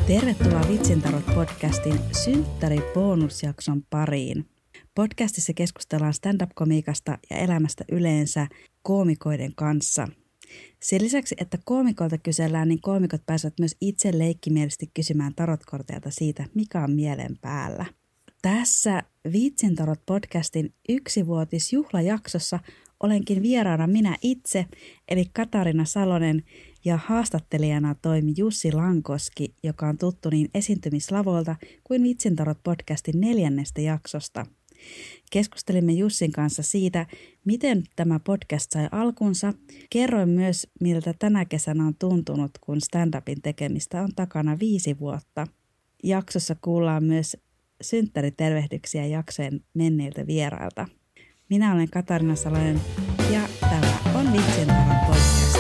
Tervetuloa Vitsintarot-podcastin synttäri-bonusjakson pariin. Podcastissa keskustellaan stand-up-komiikasta ja elämästä yleensä koomikoiden kanssa. Sen lisäksi, että koomikoilta kysellään, niin koomikot pääsevät myös itse leikkimielisesti kysymään tarotkorteilta siitä, mikä on mielen päällä. Tässä Vitsintarot-podcastin yksivuotisjuhlajaksossa olenkin vieraana minä itse, eli Katarina Salonen, ja haastattelijana toimi Jussi Lankoski, joka on tuttu niin esiintymislavoilta kuin Vitsintarot-podcastin 4. jaksosta. Keskustelimme Jussin kanssa siitä, miten tämä podcast sai alkunsa. Kerroin myös, miltä tänä kesänä on tuntunut, kun stand-upin tekemistä on takana 5 vuotta. Jaksossa kuullaan myös synttäritervehdyksiä jaksojen menneiltä vierailta. Minä olen Katarina Salonen ja tämä on Vitsintarot podcast.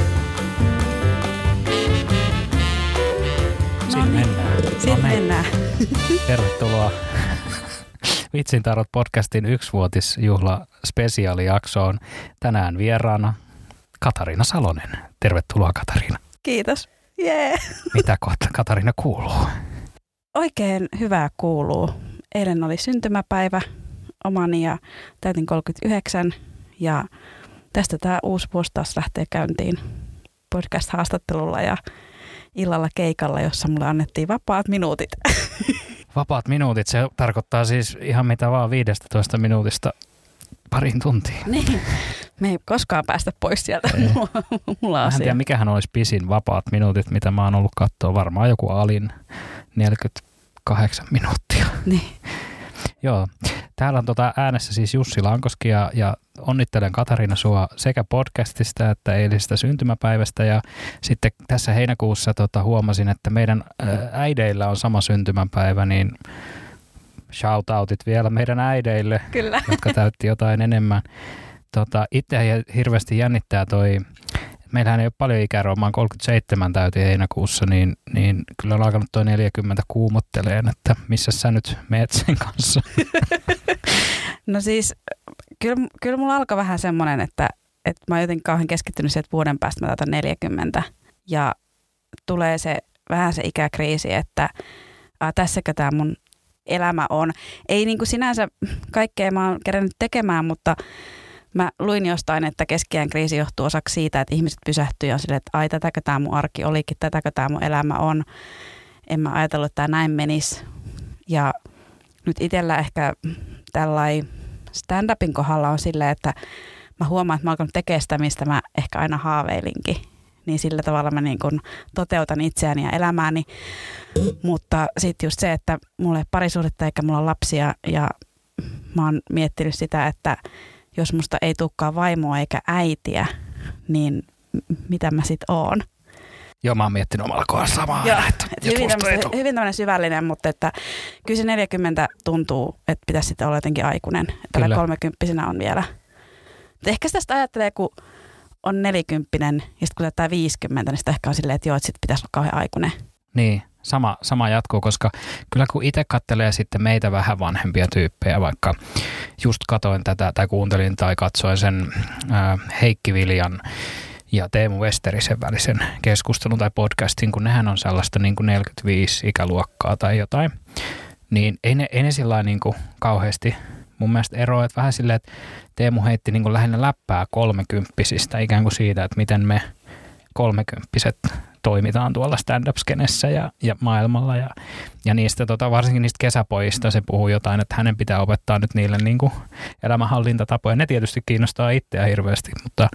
Sitten mennään. Tervetuloa Vitsintarot podcastin 1-vuotisjuhla spesiaalijaksoon. Tänään vieraana Katarina Salonen. Tervetuloa, Katarina. Kiitos. Jee. Mitä Katarina kuuluu? Oikein hyvää kuuluu. Eilen oli syntymäpäivä omani ja täytin 39 ja tästä tämä uusi vuosi taas lähtee käyntiin podcast-haastattelulla ja illalla keikalla, jossa mulle annettiin vapaat minuutit. Vapaat minuutit, se tarkoittaa siis ihan mitä vaan 15 minuutista parin tuntiin. Niin, me ei koskaan päästä pois sieltä. Mulla en tiedä, mikähän olisi pisin vapaat minuutit, mitä mä oon ollut katsoa. Varmaan joku alin 48 minuuttia. Niin. Joo, täällä on äänessä siis Jussi Lankoski ja onnittelen Katarina sua sekä podcastista että eilisestä syntymäpäivästä ja sitten tässä heinäkuussa huomasin, että meidän äideillä on sama syntymäpäivä, niin shoutoutit vielä meidän äideille, Kyllä. Jotka täytti jotain enemmän. Itse hirveästi jännittää meillähän ei ole paljon ikäeroa, mä oon 37 täytin heinäkuussa, niin kyllä on alkanut toi 40 kuumotteleen, että missä sä nyt meet sen kanssa? No siis, kyllä mulla alkoi vähän semmoinen, että mä oon jotenkin kauhean keskittynyt siihen, että vuoden päästä mä täytän 40 ja tulee vähän se ikäkriisi, että tässäkö tää mun elämä on. Ei niin kuin sinänsä kaikkea mä oon kerännyt tekemään, mutta mä luin jostain, että keski-iän kriisi johtuu osaksi siitä, että ihmiset pysähtyy ja on silleen, että ai tätäkö tämä mun arki olikin, tätäkö tämä mun elämä on. En mä ajatellut, että tämä näin menisi. Ja nyt itsellä ehkä tällainen stand-upin kohdalla on silleen, että mä huomaan, että mä alkanut tekemään sitä, mistä mä ehkä aina haaveilinkin. Niin sillä tavalla mä niin kun toteutan itseäni ja elämääni. Mutta sitten just se, että mulla ei ole parisuhdetta eikä mulla ole lapsia ja mä oon miettinyt sitä, että jos musta ei tulekaan vaimoa eikä äitiä, niin mitä mä sit oon? Joo, mä oon miettinyt omalla kohdalla samaa. Joo, hyvin tämmöinen syvällinen, mutta että kyllä se 40 tuntuu, että pitäisi sitten olla jotenkin aikuinen. Tällä 30-vuotiaana on vielä. Ehkä sitä ajattelee, kun on 40 ja sitten kun täyttää 50, niin sitä ehkä on silleen, että joo, että sitten pitäisi olla kauhean aikuinen. Niin, sama jatkuu, koska kyllä kun itse katselee sitten meitä vähän vanhempia tyyppejä, vaikka just katoin tätä tai kuuntelin tai katsoin sen Heikki Viljan ja Teemu Westerisen välisen keskustelun tai podcastin, kun nehän on sellaista niin kuin 45 ikäluokkaa tai jotain, niin ei ne sillä niin kuin kauheasti mun mielestä eroa, että vähän silleen, että Teemu heitti niin kuin lähinnä läppää 30-sistä ikään kuin siitä, että miten me 30-set toimitaan tuolla stand-up-skenessä ja maailmalla ja niistä varsinkin niistä kesäpojista se puhuu jotain, että hänen pitää opettaa nyt niille niin kuin elämänhallintatapoja. Ne tietysti kiinnostaa itseä hirveästi, mutta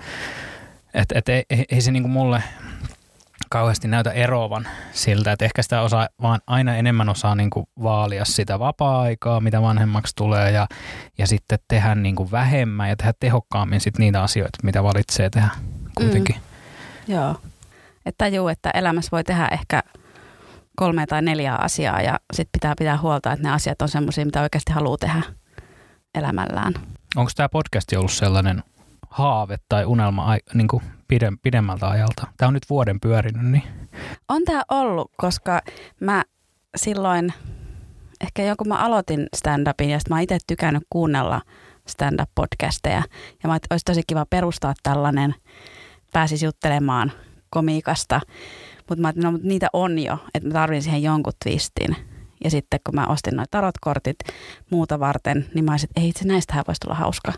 ei se niin kuin mulle kauheasti näytä eroavan siltä, että ehkä sitä vaan aina enemmän osaa niin kuin vaalia sitä vapaa-aikaa, mitä vanhemmaksi tulee ja sitten tehdä niin kuin vähemmän ja tehdä tehokkaammin sit niitä asioita, mitä valitsee tehdä kuitenkin. Joo. Että tajuu, että elämässä voi tehdä ehkä 3 tai 4 asiaa ja sitten pitää huolta, että ne asiat on semmoisia, mitä oikeasti haluaa tehdä elämällään. Onko tämä podcast ollut sellainen haave tai unelma niin kuin pidemmältä ajalta? Tämä on nyt vuoden pyörinyt, niin? On tämä ollut, koska mä silloin, ehkä jonkun mä aloitin stand-upin ja sitten mä oon itse tykännyt kuunnella stand-up-podcasteja ja olisi tosi kiva perustaa tällainen, pääsisi juttelemaan komiikasta. Mutta mä ajattelin, no, niitä on jo, että mä tarvin siihen jonkun twistin. Ja sitten kun mä ostin noi tarotkortit muuta varten, niin mä olisin, että ei itse näistähän voisi tulla hauska.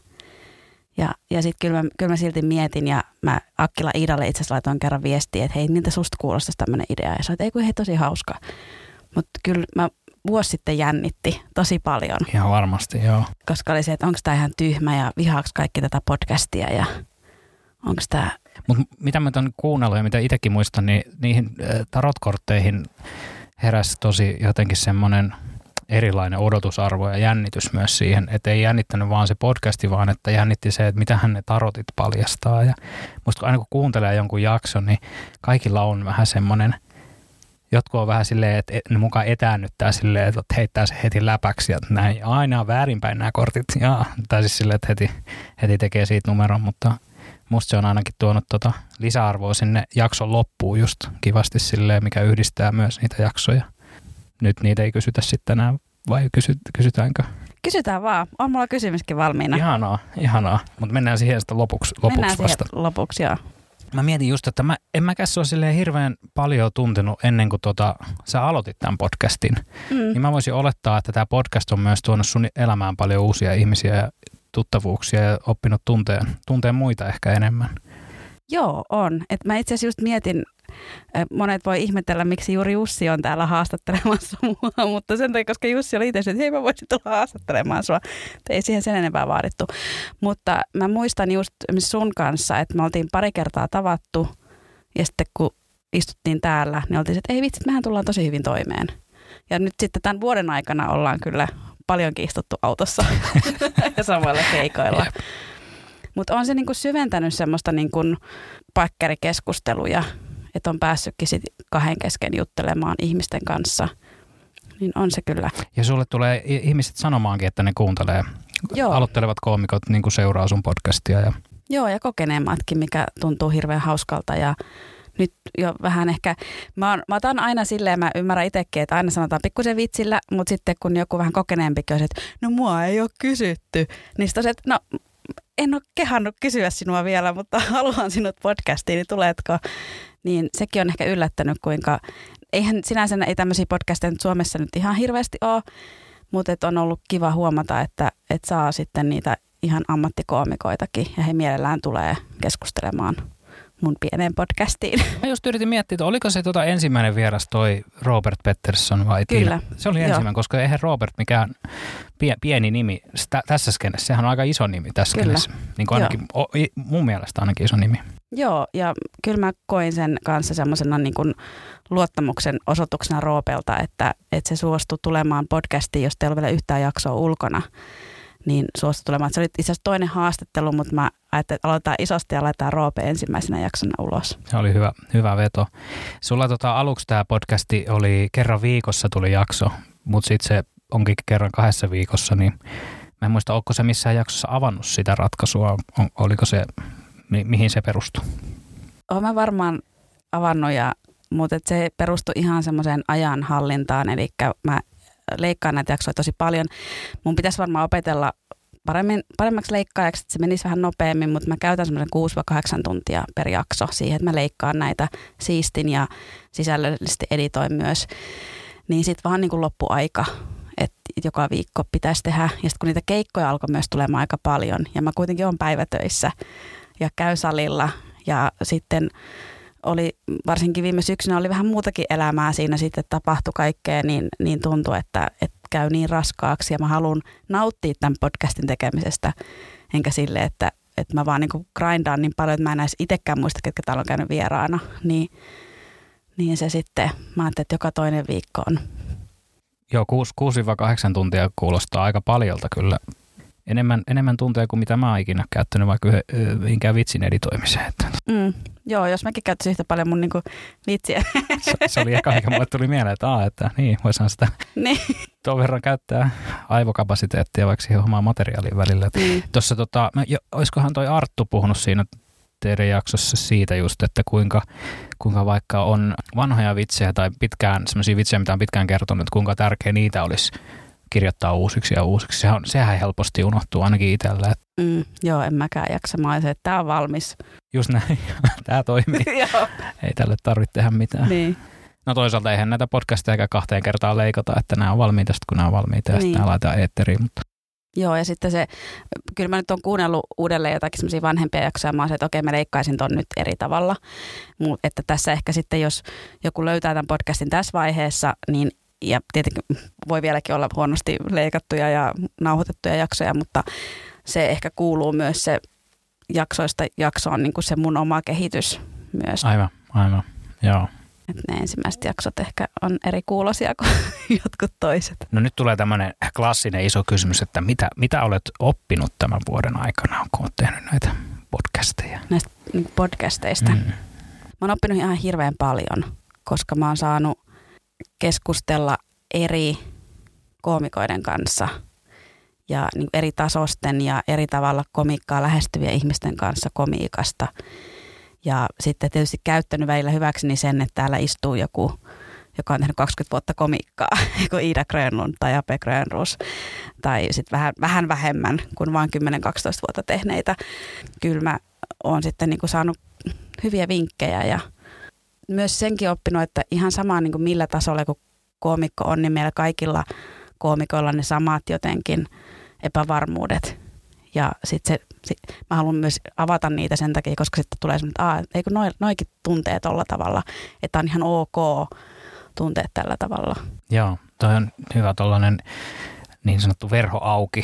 Ja sitten kyllä mä silti mietin ja mä Akkila Iidalle itse asiassa laitoin kerran viestiä, että hei, miltä susta kuulostaisi tämmöinen idea. Ja sanoin, että ei kun hei, tosi hauska. Mutta kyllä mä vuosi sitten jännitti tosi paljon. Ihan varmasti, joo. Koska oli se, että onko tämä ihan tyhmä ja vihaako kaikki tätä podcastia ja onko tämä... Mutta mitä mä oon kuunnellut ja mitä itsekin muistan, niin niihin tarotkortteihin heräsi tosi jotenkin semmoinen erilainen odotusarvo ja jännitys myös siihen, että ei jännittänyt vaan se podcasti, vaan että jännitti se, että mitähän ne tarotit paljastaa. Ja musta aina kun kuuntelee jonkun jakson, niin kaikilla on vähän semmoinen, jotkut on vähän silleen, että ne mukaan etäännyttää silleen, että heittää se heti läpäksi ja näin. Aina on väärinpäin nämä kortit. Tai siis silleen, että heti tekee siitä numeron, mutta musta se on ainakin tuonut lisäarvoa sinne jakson loppuun just kivasti silleen, mikä yhdistää myös niitä jaksoja. Nyt niitä ei kysytä sitten enää, vai kysytäänkö? Kysytään vaan. On mulla kysymyskin valmiina. Ihanaa. Mutta mennään siihen sitten lopuksi vasta. Lopuksi, joo. Mä mietin just, että en mäkään sua silleen hirveän paljon tuntenut ennen kuin sä aloitit tämän podcastin. Niin mä voisin olettaa, että tämä podcast on myös tuonut sun elämään paljon uusia ihmisiä ja tuttavuuksia ja oppinut tunteen muita ehkä enemmän. Joo, on. Et mä itse asiassa just mietin, monet voi ihmetellä, miksi juuri Jussi on täällä haastattelemassa mua, mutta sen takia, koska Jussi oli itse, että hei mä voisin tulla haastattelemaan sua. Ei siihen sen enempää vaadittu. Mutta mä muistan just sun kanssa, että me oltiin pari kertaa tavattu ja sitten kun istuttiin täällä, niin oltiin, että ei vitsi, mehän tullaan tosi hyvin toimeen. Ja nyt sitten tämän vuoden aikana ollaan kyllä paljonkin istuttu autossa ja samoilla keikoilla. Mutta on se niinku syventänyt semmoista niinku pakkerikeskusteluja, että on päässytkin sit kahden kesken juttelemaan ihmisten kanssa, niin on se kyllä. Ja sulle tulee ihmiset sanomaankin, että ne kuuntelee. Joo. Aloittelevat koomikot niin kuin seuraa sun podcastia. Joo, ja kokeneemmatkin, mikä tuntuu hirveän hauskalta. Ja nyt jo vähän ehkä, mä otan aina silleen, mä ymmärrän itsekin, että aina sanotaan pikkusen vitsillä, mutta sitten kun joku vähän kokeneempikin on se, että no mua ei ole kysytty, niin sitten on se, että no en ole kehannut kysyä sinua vielä, mutta haluan sinut podcastiin, niin tuletko? Niin sekin on ehkä yllättänyt, kuinka, eihän sinänsä ei tämmöisiä podcasteja nyt Suomessa nyt ihan hirveästi ole, mutta on ollut kiva huomata, että saa sitten niitä ihan ammattikoomikoitakin ja he mielellään tulee keskustelemaan mun pieneen podcastiin. Mä just yritin miettiä, että oliko se ensimmäinen vieras toi Robert Pettersson vai Kyllä. Se oli ensimmäinen, koska eihän Robert mikään pieni nimi tässä skenessä. Sehän on aika iso nimi tässä skenessä. Niin kuin ainakin, mun mielestä ainakin iso nimi. Joo, ja kyllä mä koin sen kanssa semmoisena niin kuin luottamuksen osoituksena Roopelta, että se suostui tulemaan podcastiin, jos teillä on vielä yhtään jaksoa ulkona, niin suostui tulemaan. Se oli itse asiassa toinen haastattelu, mutta mä ajattelin, että aloitetaan isosti ja laitetaan Roope ensimmäisenä jaksona ulos. Se oli hyvä veto. Sulla aluksi tämä podcasti oli kerran viikossa tuli jakso, mutta sitten se onkin kerran 2 viikossa, niin mä en muista, onko se missään jaksossa avannut sitä ratkaisua, oliko se, mihin se perustui? Olen mä varmaan avannut, mutta se perustui ihan semmoiseen ajanhallintaan, eli mä leikkaan näitä jaksoja tosi paljon. Mun pitäisi varmaan opetella paremmaksi leikkaajaksi, että se menisi vähän nopeammin, mutta mä käytän semmoisen 6-8 tuntia per jakso siihen, että mä leikkaan näitä siistin ja sisällöllisesti editoin myös. Niin sitten vaan niin kuin loppuaika, että joka viikko pitäisi tehdä. Ja sitten kun niitä keikkoja alkoi myös tulemaan aika paljon, ja mä kuitenkin olen päivätöissä ja käyn salilla, ja sitten oli, varsinkin viime syksynä oli vähän muutakin elämää siinä sitten, tapahtui kaikkea, niin tuntui, että käy niin raskaaksi ja mä haluan nauttia tämän podcastin tekemisestä, enkä sille, että mä vaan niin kuin grindaan niin paljon, että mä en edes itsekään muista, ketkä täällä on käynyt vieraana, niin se sitten, mä ajattelin, että joka toinen viikko on. Joo, 6-8 tuntia kuulostaa aika paljolta kyllä. Enemmän tunteja kuin mitä mä oon ikinä käyttänyt vaikka mihinkään vitsin editoimiseen. Joo, jos mäkin käyttäisin yhtä paljon mun niinku vitsiä. Se oli eka, mikä mulle tuli mieleen, että niin, voisihan sitä tuon verran käyttää aivokapasiteettia vaikka siihen omaan materiaaliin välillä. Tuossa olisikohan toi Arttu puhunut siinä teidän jaksossa siitä just, että kuinka vaikka on vanhoja vitsejä tai semmoisia vitsejä, mitä on pitkään kertonut, että kuinka tärkeä niitä olisi kirjoittaa uusiksi ja uusiksi. Sehän helposti unohtuu ainakin itsellä. Joo, en mäkään jaksa. Mä olisin, että tää on valmis. Just näin, tää toimii. Ei tälle tarvitse tehdä mitään. Niin. No toisaalta eihän näitä podcasteja 2 kertaa leikata, että nämä on valmiita sitten kun nämä on valmiita ja sitten nämä laitetaan eetteriin. Mutta. Joo, ja sitten kyllä mä nyt oon kuunnellut uudelleen jotakin semmoisia vanhempia jaksoja, mä oon se, että okei, mä leikkaisin ton nyt eri tavalla. Että tässä ehkä sitten, jos joku löytää tämän podcastin tässä vaiheessa, niin ja tietenkin voi vieläkin olla huonosti leikattuja ja nauhoitettuja jaksoja, mutta se ehkä kuuluu myös se jaksoista jaksoon niin kuin se mun oma kehitys myös. Aivan, joo. Että ne ensimmäiset jaksot ehkä on eri kuulosia kuin jotkut toiset. No nyt tulee tämmöinen klassinen iso kysymys, että mitä olet oppinut tämän vuoden aikana, kun olet tehnyt näitä podcasteja? Näistä niin podcasteista. Mä oon oppinut ihan hirveän paljon, koska mä oon saanut keskustella eri koomikoiden kanssa ja niin eri tasosten ja eri tavalla komiikkaa lähestyviä ihmisten kanssa komiikasta. Ja sitten tietysti käyttänyt välillä hyväkseni sen, että täällä istuu joku, joka on tehnyt 20 vuotta komiikkaa, joku Ida Grönlund tai Ape Grönroos, tai sitten vähän vähemmän kuin vain 10-12 vuotta tehneitä. Kyllä mä oon sitten niin kuin saanut hyviä vinkkejä ja myös senkin oppinut, että ihan sama niin kuin millä tasolla kun koomikko on, niin meillä kaikilla koomikoilla on ne samat jotenkin epävarmuudet. Ja sitten mä haluan myös avata niitä sen takia, koska sitten tulee semmoinen, että eikö noikin tuntee tolla tavalla, että on ihan ok tuntea tällä tavalla. Joo, toi on hyvä tollainen niin sanottu verho auki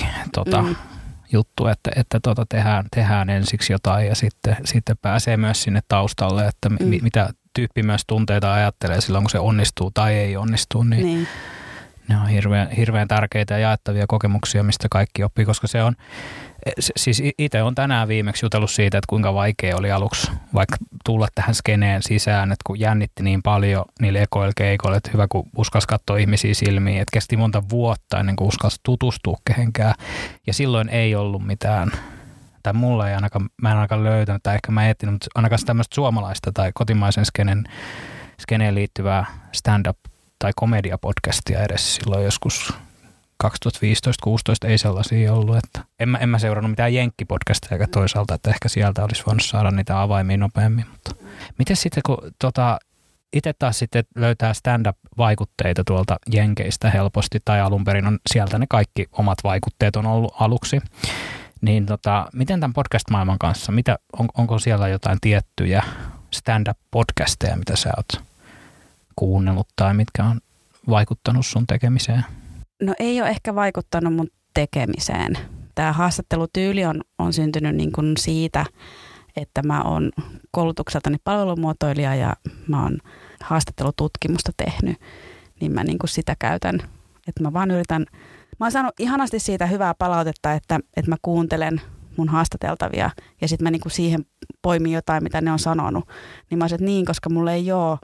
juttu, että tehdään ensiksi jotain ja sitten pääsee myös sinne taustalle, että mitä tyyppi myös tunteita ajattelee silloin, kun se onnistuu tai ei onnistu, niin. Ne on hirveän tärkeitä ja jaettavia kokemuksia, mistä kaikki oppii, koska se on, siis itse olen tänään viimeksi jutellut siitä, että kuinka vaikea oli aluksi vaikka tulla tähän skeneen sisään, että kun jännitti niin paljon niille ekoilla keikoilla, että hyvä kun uskalsi katsoa ihmisiä silmiin, että kesti monta vuotta ennen kuin uskalsi tutustua kehenkään ja silloin ei ollut mitään, tai mulla ei ainakaan, mä en ainakaan löytänyt, tai ehkä mä etsinyt, mutta ainakaan tämmöistä suomalaista tai kotimaisen skeneen liittyvää stand-up tai komediapodcastia edes silloin joskus 2015-2016 ei sellaisia ollut, että en mä seurannut mitään jenkkipodcastia eikä toisaalta, että ehkä sieltä olisi voinut saada niitä avaimia nopeammin, mutta miten sitten kun itse taas sitten löytää stand-up-vaikutteita tuolta jenkeistä helposti tai alun perin on sieltä ne kaikki omat vaikutteet on ollut aluksi, niin miten tämän podcast-maailman kanssa, onko siellä jotain tiettyjä stand-up-podcasteja, mitä sä oot kuunnellut tai mitkä on vaikuttanut sun tekemiseen? No ei ole ehkä vaikuttanut mun tekemiseen. Tämä haastattelutyyli on syntynyt niin kuin siitä, että mä oon koulutukseltani palvelumuotoilija ja mä oon haastattelututkimusta tehnyt, niin mä niin kuin sitä käytän. Että mä vaan yritän, mä oon saanut ihanasti siitä hyvää palautetta, että mä kuuntelen mun haastateltavia ja sitten mä niin kuin siihen poimin jotain, mitä ne on sanonut. Niin mä oon, että niin, koska mulla ei ole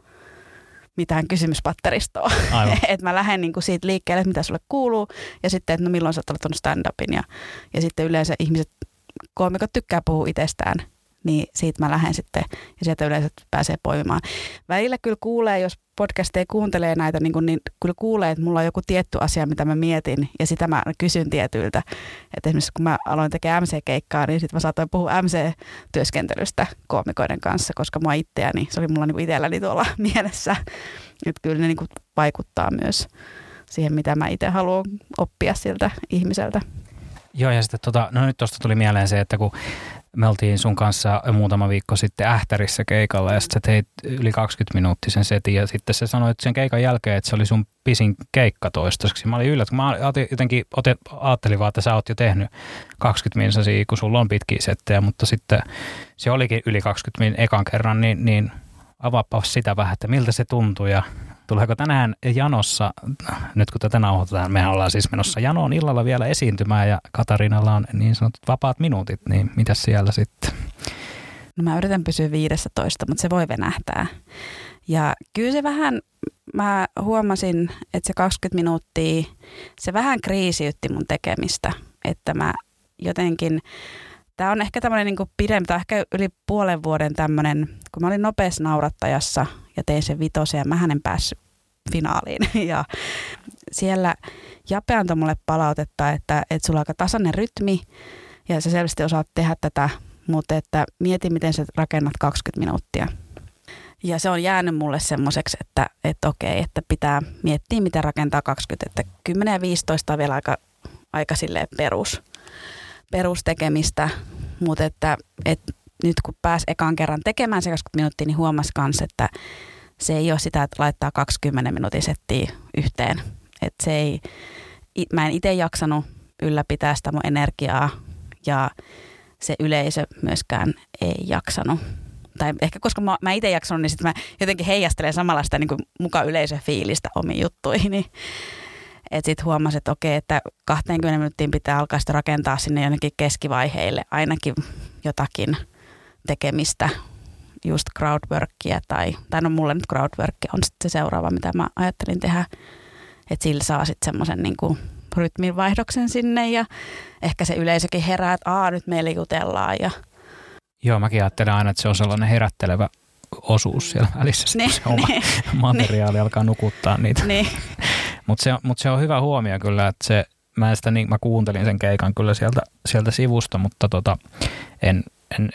mitään kysymyspatteristoa. Että mä lähden niinku siitä liikkeelle, että mitä sulle kuuluu, ja sitten, että no milloin sä oot aloittanut stand-upin, ja sitten yleensä ihmiset, koomikot tykkää puhua itsestään, niin siitä mä lähden sitten, ja sieltä yleensä pääsee poimimaan. Välillä kyllä kuulee, jos podcasteja kuuntelee näitä, niin kyllä kuulee, että mulla on joku tietty asia, mitä mä mietin, ja sitä mä kysyn tietyiltä. Että esimerkiksi kun mä aloin tekemään MC-keikkaa, niin sitten mä saatoin puhua MC-työskentelystä koomikoiden kanssa, koska mua itseäni, se oli mulla niin itselläni tuolla mielessä. Että kyllä ne niin vaikuttaa myös siihen, mitä mä itse haluan oppia siltä ihmiseltä. Joo, ja sitten no nyt tuosta tuli mieleen se, että kun me oltiin sun kanssa muutama viikko sitten Ähtärissä keikalla ja sitten sä teit yli 20-minuuttisen setin ja sitten sä sanoit sen keikan jälkeen, että se oli sun pisin keikka toistaiseksi. Mä olin yllättynyt, kun mä jotenkin ajattelin vaan, että sä oot jo tehnyt 20 minuuttia, kun sulla on pitkiä settejä, mutta sitten se olikin yli 20 minuuttia ekan kerran, niin avaappa sitä vähän, että miltä se tuntui ja tuleeko tänään janossa, nyt kun tätä nauhoitetaan, mehän ollaan siis menossa janoon illalla vielä esiintymään ja Katarinalla on niin sanotut vapaat minuutit, niin mitäs siellä sitten? No mä yritän pysyä 15, mutta se voi venähtää. Ja kyllä se vähän, mä huomasin, että se 20 minuuttia, se vähän kriisiytti mun tekemistä, että mä jotenkin, tää on ehkä tämmöinen niin kuin pidempi, tai ehkä yli puolen vuoden tämmöinen, kun mä olin nopeassa naurattajassa ja tein sen 5 ja mähän en päässyt finaaliin. Ja siellä Jape antoi mulle palautetta, että sulla on aika tasainen rytmi, ja sä selvästi osaat tehdä tätä, mutta että mieti, miten sä rakennat 20 minuuttia. Ja se on jäänyt mulle semmoiseksi, että okei, että pitää miettiä, miten rakentaa 20, että 10 ja 15 on vielä aika silleen perustekemistä, mutta että nyt kun pääsi ekan kerran tekemään se 20 minuuttia, niin huomasi myös, että se ei ole sitä, että laittaa 20 minuutin settiä yhteen. Että mä en itse jaksanut ylläpitää sitä mun energiaa ja se yleisö myöskään ei jaksanut. Tai ehkä koska mä itse jaksanut, niin sitten mä jotenkin heijastelen samalla sitä niin kuin muka yleisöfiilistä omiin juttuihini. Että sitten huomasin, että okei, että 20 minuuttiin pitää alkaa sitä rakentaa sinne jonnekin keskivaiheille ainakin jotakin tekemistä, just crowdworkia tai no mulle nyt crowdwork on sitten se seuraava, mitä mä ajattelin tehdä. Että sillä saa sitten semmoisen niin kuin rytminvaihdoksen sinne ja ehkä se yleisökin herää, että nyt meillä jutellaan ja joo, mäkin ajattelen aina, että se on sellainen herättelevä osuus siellä välissä, kun se oma materiaali alkaa nukuttaa niitä. Niin. Mutta se on hyvä huomio kyllä, että mä kuuntelin sen keikan kyllä sieltä sivusta, mutta en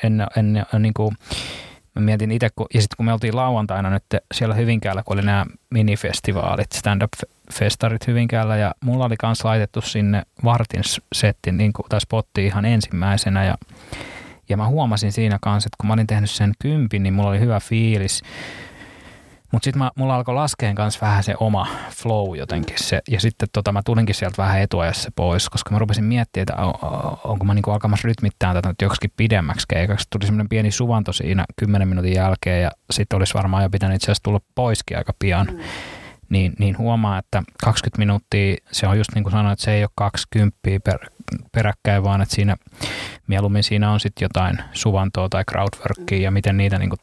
niin kuin, mä mietin itse, ja sitten kun me oltiin lauantaina nyt siellä Hyvinkäällä, kun oli nämä minifestivaalit, stand-up-festarit Hyvinkäällä, ja mulla oli kans laitettu sinne vartin setti, niin kuin, tai spotti ihan ensimmäisenä, ja mä huomasin siinä kanssa, että kun mä olin tehnyt sen 10, niin mulla oli hyvä fiilis. Mutta sitten mulla alkoi laskeen kanssa vähän se oma flow jotenkin. Ja sitten mä tulinkin sieltä vähän etuajassa pois, koska mä rupesin miettimään, että onko mä niinku alkamassa rytmittää tätä nyt joksikin pidemmäksi keikaksi. Tuli semmoinen pieni suvanto siinä 10 minuutin jälkeen ja sitten olisi varmaan jo pitänyt itse asiassa tulla poiskin aika pian. Niin huomaa, että 20 minuuttia, se on just niin kuin sanoin, että se ei ole 20 peräkkäin, vaan että mieluummin siinä on sitten jotain suvantoa tai crowdworkia ja miten niitä niin kuin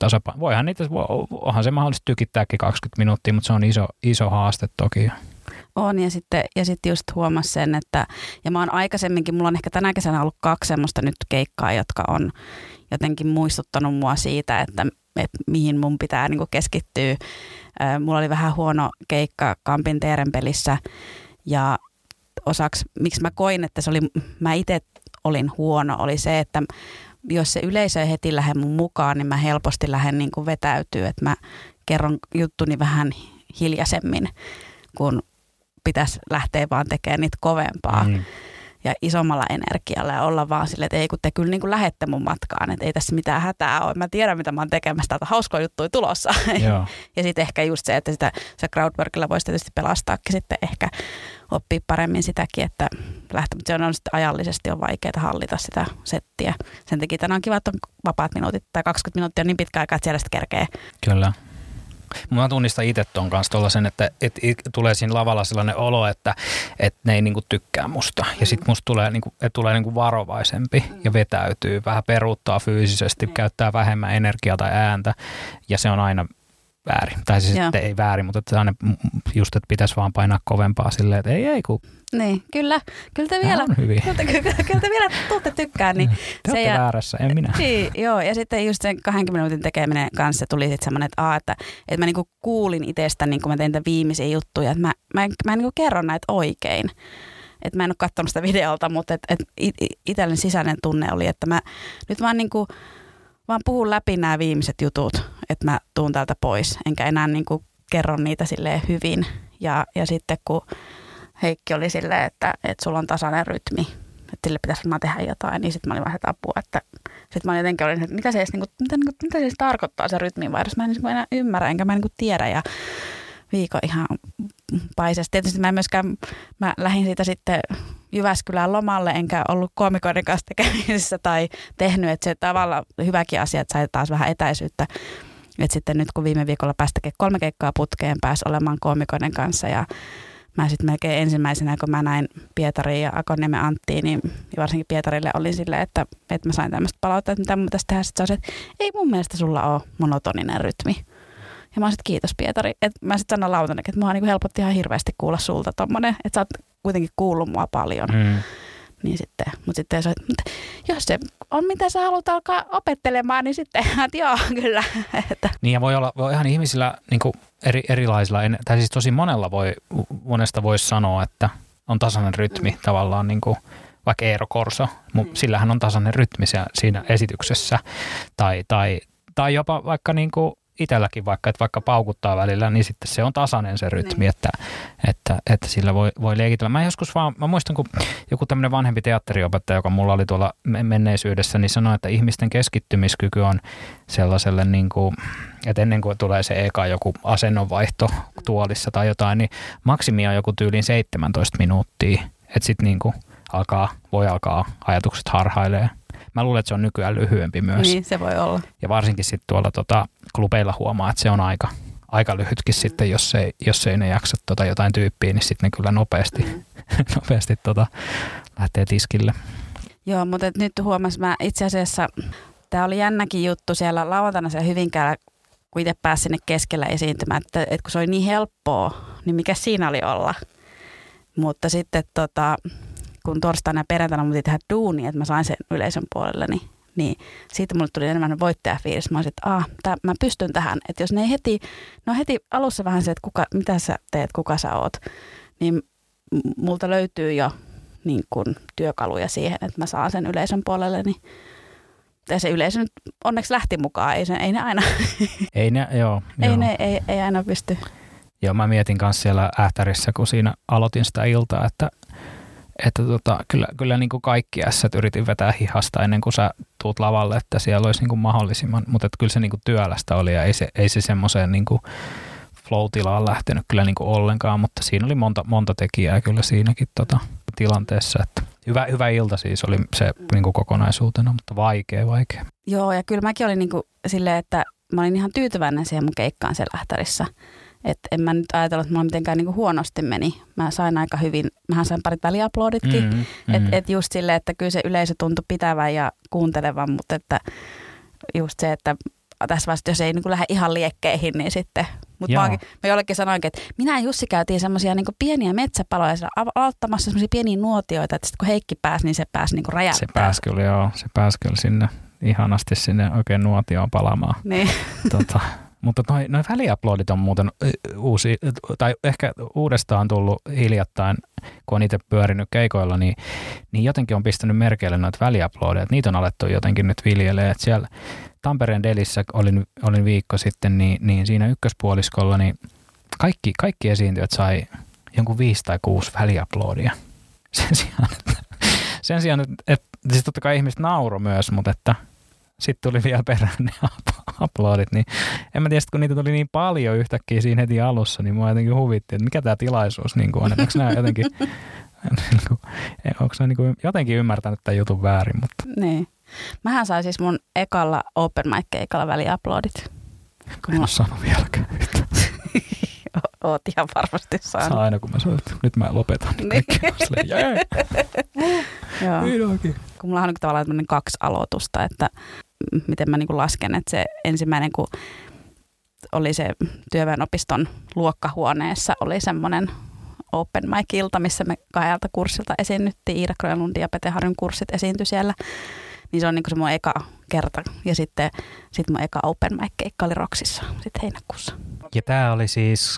onhan se mahdollista tykittääkin 20 minuuttia, mutta se on iso haaste toki. On ja sitten just huomasi sen, että ja mä oon aikaisemminkin, mulla on ehkä tänä kesänä ollut 2 semmoista nyt keikkaa, jotka on jotenkin muistuttanut mua siitä, että mihin mun pitää niin kuin keskittyä. Mulla oli vähän huono keikka Kampin Teerenpelissä ja osaksi, miksi mä koin, että mä itse olin huono, oli se, että jos se yleisö ei heti lähde mun mukaan, niin mä helposti lähden niin kuin vetäytyy, että mä kerron juttuni vähän hiljaisemmin, kun pitäisi lähteä vaan tekemään niitä kovempaa ja isommalla energialla ja olla vaan silleen, että ei kun te kyllä niin kuin lähette mun matkaan, että ei tässä mitään hätää ole. Mä tiedän, mitä mä oon tekemässä, täältä hauskoja juttuja tulossa. Ja sitten ehkä just se, että se crowdworkilla voisi tietysti pelastaakin sitten ehkä oppia paremmin sitäkin, että mutta se on sitten ajallisesti on vaikeaa hallita sitä settiä. Sen takia tänään on kiva, että on vapaat minuutit tai 20 minuuttia on niin pitkä aika, että siellä sitten kerkee. Kyllä. Mä tunnistan itse ton kanssa tollasen, että tulee siinä lavalla sellainen olo, että ne ei niinku tykkää musta. Ja sit musta tulee niinku varovaisempi ja vetäytyy, vähän peruuttaa fyysisesti, käyttää vähemmän energiaa tai ääntä ja se on aina väärin. Tai siis ei väärin, mutta että aina just, että pitäisi vaan painaa kovempaa silleen, että ei kun. Niin, kyllä te vielä tuutte tykkään. Niin te olette väärässä, en minä. Niin, joo, ja sitten just sen 20 minuutin tekeminen kanssa tuli sitten semmoinen, että mä niinku kuulin itsestä, niin kun mä tein niitä viimeisiä juttuja, että mä en niinku kerron näitä oikein. Että mä en ole katsonut sitä videolta, mutta itselleni sisäinen tunne oli, että mä nyt vaan puhun läpi nämä viimeiset jutut, että mä tuun täältä pois, enkä enää niinku kerron niitä silleen hyvin. Ja sitten kun Heikki oli silleen, että sulla on tasainen rytmi, että sille pitäisi varmaan tehdä jotain, niin sitten mä olin vähän apua, että sitten mä jotenkin olin, että mitä se edes tarkoittaa se rytminvaihdos. Mä en enää ymmärrä, enkä mä tiedä ja viikon ihan paisesta. Tietysti mä lähdin siitä sitten Jyväskylään lomalle, enkä ollut koomikoiden kanssa tekemisissä tai tehnyt, että se tavallaan hyväkin asia, että sai taas vähän etäisyyttä. Että sitten nyt kun viime viikolla päästä 3 keikkaa putkeen pääsi olemaan koomikoiden kanssa ja mä sitten melkein ensimmäisenä, kun mä näin Pietarin ja Akonniemen Anttiin, niin varsinkin Pietarille oli silleen, että mä sain tämmöistä palautetta, että mitä mun pitäisi tehdä. Sitten se oli, että ei mun mielestä sulla ole monotoninen rytmi. Ja mä oon sitten kiitos Pietari. Että mä sitten sanon lautannekin, että mua niinku helpotti ihan hirveästi kuulla sulta tommonen, että sä oot kuitenkin kuullut mua paljon. Niin sitten, mutta sitten se, että jos se on mitä sä haluat alkaa opettelemaan, niin sitten, että joo, kyllä. Niin ja voi ihan ihmisillä niin kuin erilaisilla, tai siis tosi monesta voisi sanoa, että on tasainen rytmi tavallaan niin kuin vaikka Eero Corso, sillähän on tasainen rytmi siinä esityksessä, tai jopa vaikka niin kuin itselläkin vaikka paukuttaa välillä, niin sitten se on tasainen se rytmi, että sillä voi leikitellä. Mä muistan, kun joku tämmöinen vanhempi teatteriopettaja, joka mulla oli tuolla menneisyydessä, niin sanoi, että ihmisten keskittymiskyky on sellaiselle, niin kuin, että ennen kuin tulee se eka joku asennonvaihto tuolissa tai jotain, niin maksimia on joku tyyliin 17 minuuttia, että sitten niin kuin voi alkaa ajatukset harhailee. Mä luulen, että se on nykyään lyhyempi myös. Niin, se voi olla. Ja varsinkin sitten tuolla klubeilla huomaa, että se on aika lyhytkin sitten, jos ei ne jaksa jotain tyyppiä, niin sitten ne kyllä nopeasti lähtee tiskille. Joo, mutta nyt huomasin, mä itse asiassa, tää oli jännäkin juttu siellä lauantaina siellä Hyvinkäällä, kun itse pääsi sinne keskellä esiintymään, että kun se oli niin helppoa, niin mikä siinä oli olla. Mutta sitten kun torstaina ja perjantaina mun piti tehdä duunia, että mä sain sen yleisön puolelle, niin siitä mulle tuli enemmän voittajafiilis. Mä olisin, että mä pystyn tähän. Että jos ne ei heti alussa vähän se, että mitä sä teet, kuka sä oot, niin multa löytyy jo niin kun työkaluja siihen, että mä saan sen yleisön puolelle. Niin. Ja se yleisö nyt onneksi lähti mukaan, ei ne aina. Ei ne, joo. Ei aina pysty. Joo, mä mietin kanssa siellä Ähtärissä, kun siinä aloitin sitä iltaa, että kyllä niin kuin kaikki ässät yritin vetää hihasta ennen kuin sä tuut lavalle, että siellä olisi niin kuin mahdollisimman, mutta kyllä se niin kuin työlästä oli ja ei se semmoiseen niin kuin flow-tilaan lähtenyt kyllä niin kuin ollenkaan, mutta siinä oli monta tekijää kyllä siinäkin tilanteessa, että hyvä ilta siis oli se niin kuin kokonaisuutena, mutta vaikea. Joo, ja kyllä mäkin olin niin kuin silleen, että mä olin ihan tyytyväinen siihen mun keikkaan siellä Ähtärissä. Että en mä nyt ajatellut, että mulla mitenkään niinku huonosti meni. Mä sain aika hyvin, mähän sain parit väliaploditkin. Että just silleen, että kyllä se yleisö tuntui pitävän ja kuuntelevan, mutta että just se, että tässä vaiheessa, jos ei niinku lähde ihan liekkeihin, niin sitten. Mutta mä jollekin sanoinkin, että minä ja Jussi käytiin semmoisia niinku pieniä metsäpaloja aloittamassa semmoisia pieniä nuotioita, että sitten kun Heikki pääsi, niin se pääsi niinku räjäyttämään. Se pääsi kyllä sinne ihanasti sinne oikein nuotioon palaamaan. Niin. Mutta noi väliaplodit on muuten uusi, tai ehkä uudestaan tullut hiljattain, kun on itse pyörinyt keikoilla, niin jotenkin on pistänyt merkeille noita väliaplodeja. Niitä on alettu jotenkin nyt viljelee. Et siellä Tampereen Delissä olin viikko sitten, niin siinä ykköspuoliskolla niin kaikki esiintyjät sai jonkun 5 tai 6 väliaplodia. Sen sijaan, että siis totta kai ihmiset nauroi myös, mutta että sitten tuli vielä perään ne aplodit, niin en mä tiedä, kun niitä tuli niin paljon yhtäkkiä siinä heti alussa, niin mua jotenkin huvitti, että mikä tämä tilaisuus niin on. Onko nämä jotenkin, onko nämä niin jotenkin ymmärtänyt tämän jutun väärin? Mutta. Niin. Mähän sain siis mun ekalla open mic-keikalla väliaplodit. En ole saanut vieläkään yhtä. Oot ihan varmasti saanut. Saa aina, kun mä sanon, että nyt mä lopetan. Niin Joo. Kun mulla on tavallaan 2 aloitusta, että miten mä niin lasken, että se ensimmäinen, kun oli se työväenopiston luokkahuoneessa, oli semmoinen open mic-ilta, missä me 2 kurssilta esiinnyttiin. Iida Grönlundin ja Pete Harjun kurssit esiintyi siellä. Niin se on niin se mun eka kerta. Ja sitten mun eka open mic-keikka oli Roksissa sitten heinäkuussa. Ja tää oli siis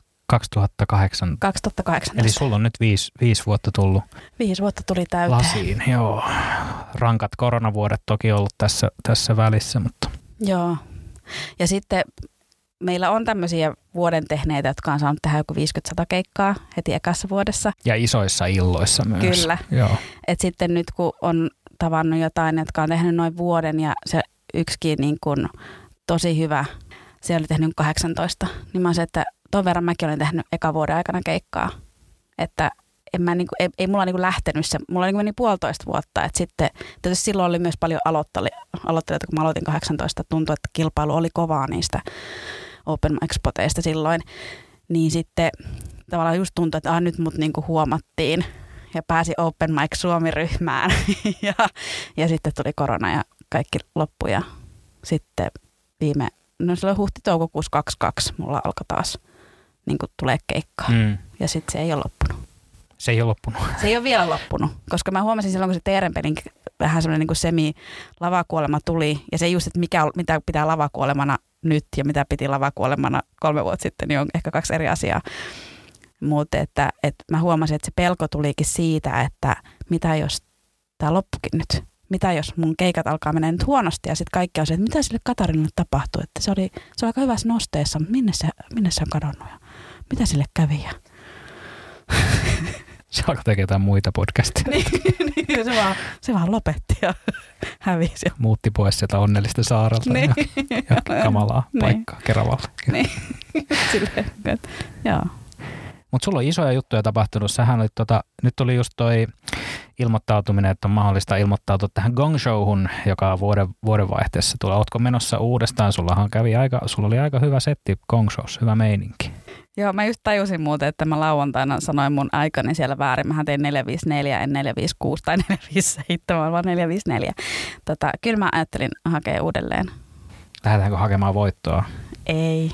2018. Eli sulla on nyt 5 vuotta tullut. 5 vuotta tuli täyteen. Lasiin, joo. Rankat koronavuodet toki ollut tässä välissä, mutta. Joo. Ja sitten meillä on tämmöisiä vuoden tehneitä, jotka on saanut tehdä joku 50-100 keikkaa heti ekassa vuodessa. Ja isoissa illoissa myös. Kyllä. Joo. Et sitten nyt kun on tavannut jotain, jotka on tehnyt noin vuoden ja se yksikin niin kuin tosi hyvä, se oli tehnyt 18, niin mä oon se, että ton verran mäkin olen tehnyt eka vuoden aikana keikkaa, että ei mulla niinku lähtenyt se, mulla niinku meni 1,5 vuotta, että sitten tietysti silloin oli myös paljon aloittelijoita, kun mä aloitin 18, tuntui, että kilpailu oli kovaa niistä open mic-spoteista silloin, niin sitten tavallaan just tuntui, että nyt mut niinku huomattiin ja pääsi Open Mic Suomi-ryhmään ja sitten tuli korona ja kaikki loppui ja sitten se oli huhti-toukokuussa 22, mulla alkoi taas niin tulee keikkaa ja sitten se ei ole loppunut. Se ei ole loppunut. Se ei ole vielä loppunut, koska mä huomasin silloin, kun se Teerenpelin vähän semmoinen niin semi-lavakuolema tuli ja se just, että mitä pitää lavakuolemana nyt ja mitä piti lavakuolemana 3 vuotta sitten, niin on ehkä 2 eri asiaa. Mutta että mä huomasin, että se pelko tulikin siitä, että mitä jos tää loppukin nyt. Mitä jos mun keikat alkaa mennä nyt huonosti ja sitten kaikki on se, että mitä sille Katarinalle tapahtui. Että se oli aika hyvässä nosteessa, mutta minne se on kadonnut ja mitä sille kävi. Ja... Se alkoi tekemään jotain muita podcasteja. niin, se vaan lopetti ja hävisi. Muutti pois sieltä onnellista saarelta ja kamalaa paikkaa Keravalle. Niin, silleen, joo. Mutta sulla on isoja juttuja tapahtunut. Sähän olit nyt oli just toi ilmoittautuminen, että on mahdollista ilmoittautua tähän Gong Showhun, joka on vuodenvaihteessa tulee. Ootko menossa uudestaan? Sulla oli aika hyvä setti Gong Shows, hyvä meininki. Joo, mä just tajusin muuten, että mä lauantaina sanoin mun aikani siellä väärin. Mähän tein 454, en 456 tai 457, vaan 454. Kyllä mä ajattelin hakea uudelleen. Lähdetäänkö hakemaan voittoa? Ei.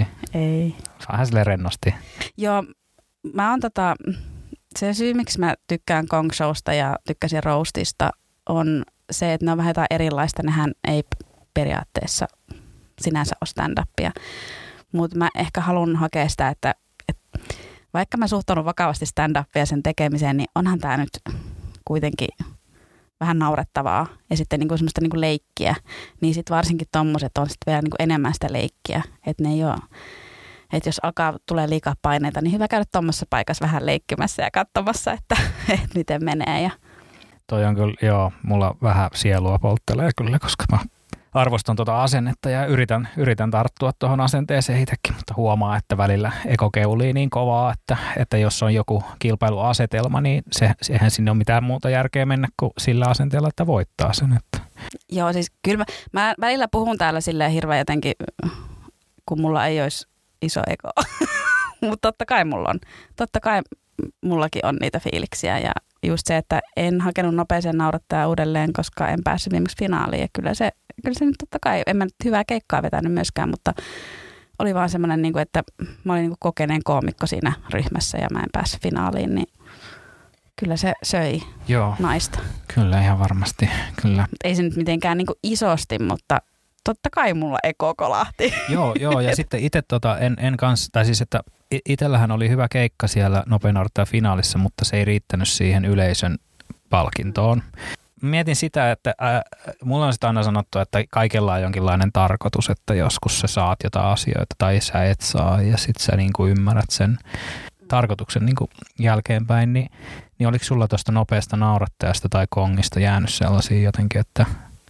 Vähän silleen rennosti. Joo, mä oon se syy, miksi mä tykkään Gong Showsta ja tykkäsin Roastista, on se, että ne on vähän jotain erilaista. Nehän ei periaatteessa sinänsä ole stand-upia. Mutta mä ehkä haluan hakea sitä, että vaikka mä suhtaudun vakavasti stand-upia sen tekemiseen, niin onhan tää nyt kuitenkin vähän naurettavaa ja sitten niinku semmoista niinku leikkiä. Niin sitten varsinkin tommoset on sitten vielä niinku enemmän sitä leikkiä, että ne ei ole... Että jos tulee liikaa paineita, niin hyvä käydä tuommoisessa paikassa vähän leikkimässä ja katsomassa, että miten menee. Ja... Toi on kyllä, joo, mulla vähän sielua polttelee kyllä, koska mä arvostan tuota asennetta ja yritän tarttua tuohon asenteeseen itsekin, mutta huomaa, että välillä eko keulii niin kovaa, että jos on joku kilpailuasetelma, niin eihän sinne ole mitään muuta järkeä mennä kuin sillä asenteella, että voittaa sen. Että. Joo, siis kyllä mä välillä puhun täällä silleen hirveän jotenkin, kun mulla ei olisi iso ego, mutta totta kai mulla on. Totta kai mullakin on niitä fiiliksiä ja just se, että en hakenut nopeeseen naurattaa uudelleen, koska en päässyt viimeksi finaaliin. Ja kyllä se nyt totta kai, en mä nyt hyvää keikkaa vetänyt myöskään, mutta oli vaan semmoinen, että mä olin kokeneen koomikko siinä ryhmässä ja mä en päässyt finaaliin, niin kyllä se söi naista. Kyllä, ihan varmasti, kyllä. Ei se nyt mitenkään isosti, mutta totta kai mulla eko kolahti. Joo, ja sitten itse en kanssa, tai siis että itsellähän oli hyvä keikka siellä Nopein naurattaa finaalissa, mutta se ei riittänyt siihen yleisön palkintoon. Mietin sitä, että mulla on sitä aina sanottu, että kaikella on jonkinlainen tarkoitus, että joskus sä saat jotain asioita tai sä et saa ja sit sä ymmärrät sen tarkoituksen jälkeenpäin, niin oliko sulla tuosta nopeasta naurattajasta tai Kongista jäänyt sellaisia jotenkin, että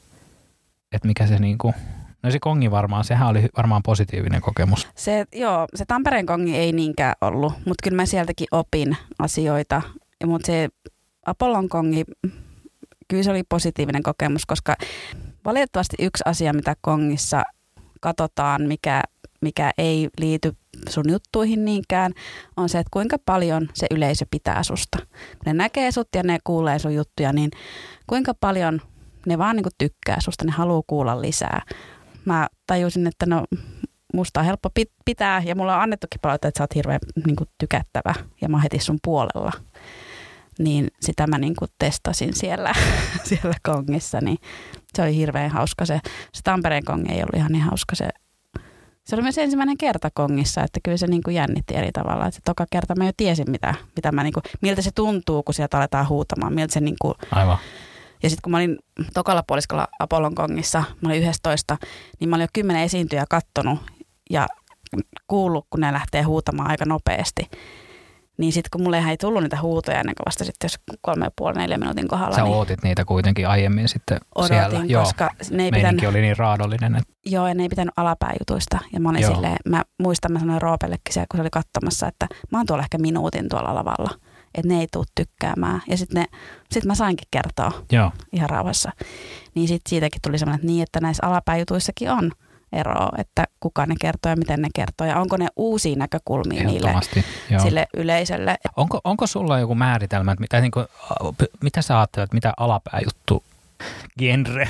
mikä se no se Kongi varmaan, sehän oli varmaan positiivinen kokemus. Se Tampereen Kongi ei niinkään ollut, mutta kyllä mä sieltäkin opin asioita, mutta se Apollon Kongi, kyllä se oli positiivinen kokemus, koska valitettavasti yksi asia, mitä Kongissa katsotaan, mikä ei liity sun juttuihin niinkään, on se, että kuinka paljon se yleisö pitää susta. Kun ne näkee sut ja ne kuulee sun juttuja, niin kuinka paljon ne vaan tykkää susta, ne haluaa kuulla lisää. Mä tajusin, että musta on helppo pitää ja mulla on annettukin paljon, että sä oot hirveän tykättävä ja mä oon heti sun puolella. Niin sitä mä testasin siellä Kongissa, niin se oli hirveän hauska. Se Tampereen Kongi ei ollut ihan niin hauska. Se oli myös ensimmäinen kerta Kongissa, että kyllä se jännitti eri tavalla. Että se toka kerta mä jo tiesin, mitä mä miltä se tuntuu, kun sieltä aletaan huutamaan. Miltä se Aivan. Ja sitten kun mä olin tokalla puoliskolla Apollon Kongissa, mä olin 11, niin mä olin jo 10 esiintyjää kattonut ja kuullut, kun ne lähtee huutamaan aika nopeasti. Niin sitten kun mulle ei tullut niitä huutoja ennen kuin vasta sitten jos 3,5-4 minuutin kohdalla. Sä ootit niitä kuitenkin aiemmin sitten siellä. Odotin, koska ne ei pitänyt, oli niin raadollinen. Että. Joo, ja ne ei pitänyt alapääjutuista. Ja mä olin silleen, mä sanoin Roopellekin siellä, kun se oli katsomassa, että mä oon tuolla ehkä minuutin tuolla lavalla. Että ne ei tule tykkäämään. Ja sitten mä sainkin kertoa ihan rauhassa. Niin sitten siitäkin tuli semmoinen, että näissä alapääjutuissakin on eroa, että kuka ne kertoo ja miten ne kertoo. Ja onko ne uusia näkökulmia niille sille yleisölle. Onko sulla joku määritelmä, että mitä sä ajattelet, mitä alapääjuttu genre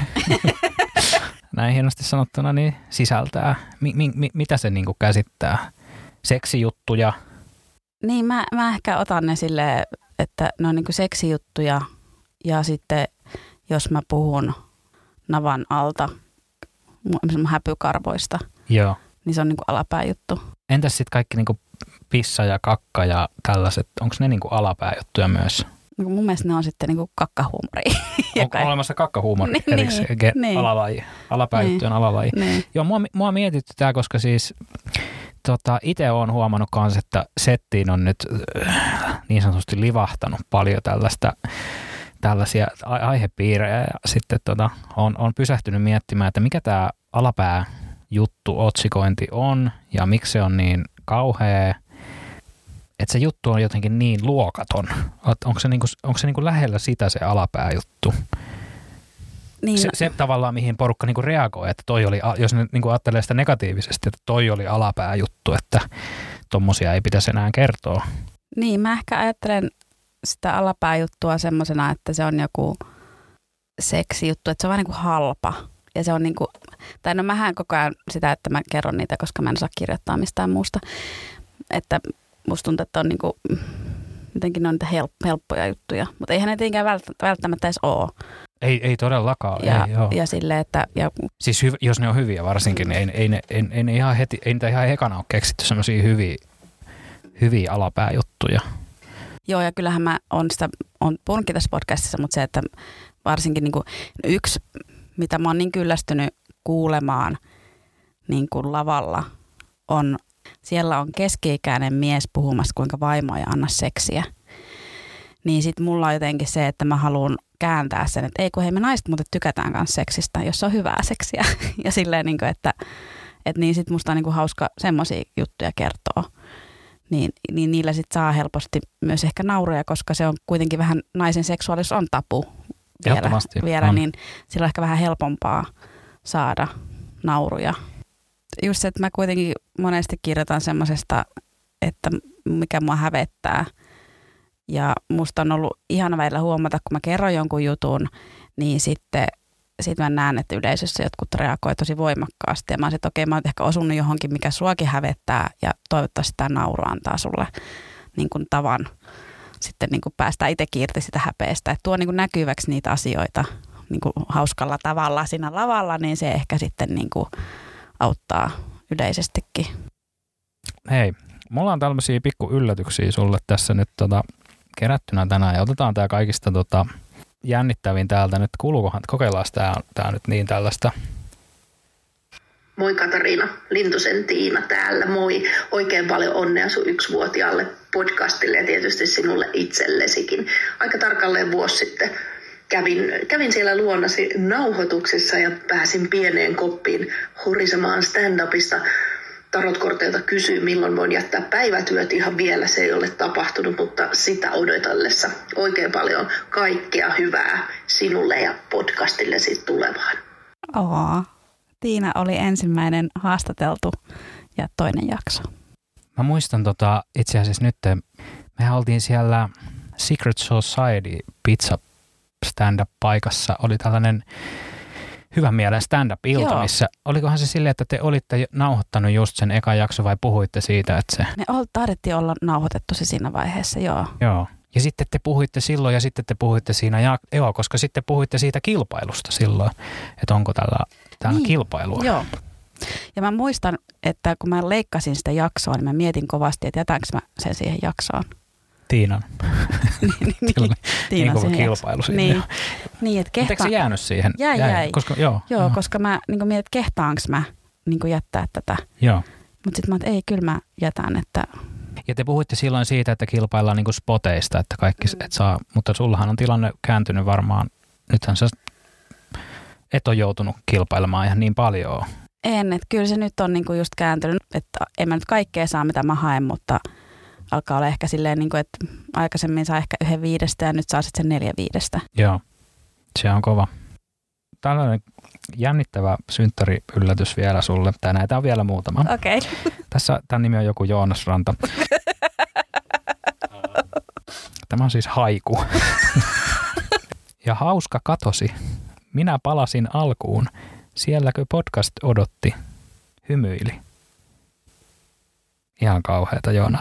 näin hienosti sanottuna niin sisältää? Mitä se käsittää? Seksijuttuja? Niin, mä ehkä otan ne silleen, että ne on seksijuttuja ja sitten jos mä puhun navan alta häpykarvoista, niin se on alapääjuttu. Entäs sitten kaikki pissa ja kakka ja tällaiset, onko ne alapääjuttuja myös? Mun mielestä ne on sitten niinku kakkahuumoria. On olemassa kakkahuumori erikseen, alalaji. Alapääjuttujen alalaji. Niin. Joo, mua mietitti tämä, koska siis itse olen huomannut kanssa, että settiin on nyt niin sanotusti livahtanut paljon tällaisia aihepiirejä ja sitten on pysähtynyt miettimään, että mikä tämä alapääjuttu, otsikointi on ja miksi se on niin kauhea, että se juttu on jotenkin niin luokaton. Onko se niinku lähellä sitä se alapääjuttu? Niin, se tavallaan, mihin porukka niinku reagoi, että toi oli, jos ne niinku ajattelee sitä negatiivisesti, että toi oli alapääjuttu, että tommosia ei pitäisi enää kertoa. Niin, mä ehkä ajattelen sitä alapääjuttua semmoisena, että se on joku seksijuttu, että se on vaan niinku halpa. Ja se on niinku, tai no mähän koko ajan sitä, että mä kerron niitä, koska mä en saa kirjoittaa mistään muusta. Että musta tuntuu, että on niinku, jotenkin ne on niitä helppoja juttuja, mutta eihän ne tietenkään välttämättä edes ole. Ei todellakaan. Ja silleen, että... Siis jos ne on hyviä varsinkin, niin ei niitä ihan ekana ole keksitty semmoisia hyviä alapääjuttuja. Joo, ja kyllähän mä on puhunutkin tässä podcastissa, mutta se, että varsinkin niin kuin yksi, mitä mä oon niin kyllästynyt kuulemaan niin kuin lavalla, on, siellä on keski-ikäinen mies puhumassa, kuinka vaimo ei anna seksiä. Niin sit mulla on jotenkin se, että mä haluan kääntää sen, että ei kun hei, me naiset muuten tykätään kanssa seksistä, jos se on hyvää seksiä. Ja silleen, niin kuin, että niin sit musta on niin kuin hauska semmoisia juttuja kertoa. Niin niillä sit saa helposti myös ehkä nauruja, koska se on kuitenkin vähän, naisen seksuaalisuus on tabu vielä niin sillä on ehkä vähän helpompaa saada nauruja. Just se, että mä kuitenkin monesti kirjoitan semmoisesta, että mikä mua hävettää. Ja musta on ollut ihana välillä huomata, kun mä kerron jonkun jutun, niin sitten mä näen, että yleisössä jotkut reagoi tosi voimakkaasti. Ja mä oon sitten, okei, mä oon ehkä osunut johonkin, mikä suakin hävettää, ja toivottavasti tämä nauru antaa sulle niin kuin tavan sitten niin kuin päästään itsekin irti sitä häpeästä. Että tuo niin kuin näkyväksi niitä asioita niin kuin hauskalla tavalla siinä lavalla, niin se ehkä sitten niin kuin auttaa yleisestikin. Hei, mulla on tällaisia pikku yllätyksiä sulle tässä nyt kerättynä tänään, ja otetaan tää kaikista jännittävin täältä nyt. Kuuluukohan, kokeillaan tää nyt niin tällaista. Moi Katariina, Lintusen Tiina täällä, moi. Oikein paljon onnea sun 1-vuotiaalle podcastille ja tietysti sinulle itsellesikin. Aika tarkalleen vuosi sitten kävin siellä luonasi nauhoituksissa ja pääsin pieneen koppiin horisemaan stand-upista. Tarotkorteilta kysyy, milloin voin jättää päivätyöt. Ihan vielä se ei ole tapahtunut, mutta sitä odotellessa oikein paljon kaikkea hyvää sinulle ja podcastillesi tulevaan. Tiina oli ensimmäinen haastateltu ja toinen jakso. Mä muistan itse asiassa nyt, mehän oltiin siellä Secret Society pizza stand-up-paikassa. Oli tällainen hyvän mielen stand-up-ilta, missä olikohan se silleen, että te olitte nauhoittanut just sen ekan jakson vai puhuitte siitä, että se... Ne taidettiin olla nauhoitettu se siinä vaiheessa, joo. Joo. Ja sitten te puhuitte silloin ja sitten te puhuitte siinä, koska sitten puhuitte siitä kilpailusta silloin, että onko täällä kilpailua. Joo. Ja mä muistan, että kun mä leikkasin sitä jaksoa, niin mä mietin kovasti, että jätänkö mä sen siihen jaksoon. Tiinan. Tiinan siihen kilpailu siinä. Niin, että eikö se jäänyt siihen? Jäi. Joo, koska mä niin mietin, että kehtaanko mä niin jättää tätä. Joo. Mutta sitten mä että ei, kyllä mä jätän, että... Ja te puhuitte silloin siitä, että kilpaillaan niin kuin spoteista, että kaikki et saa, mutta sullahan on tilanne kääntynyt varmaan. Nythän sä et ole joutunut kilpailemaan ihan niin paljon. En, että kyllä se nyt on niin kuin just kääntynyt, että en mä nyt kaikkea saa mitä mä haen, mutta alkaa olla ehkä silleen, niin kuin, että aikaisemmin saa ehkä 1/5 ja nyt saa sitten sen 4/5. Joo, se on kova. Tällainen jännittävä synttäriyllätys vielä sulle. Näitä on vielä muutama. Okei. Tämän nimi on joku Joonas Ranta. Tämä on siis haiku. Ja hauska katosi. Minä palasin alkuun. Sielläkö podcast odotti? Hymyili. Ihan kauheata, Joonas.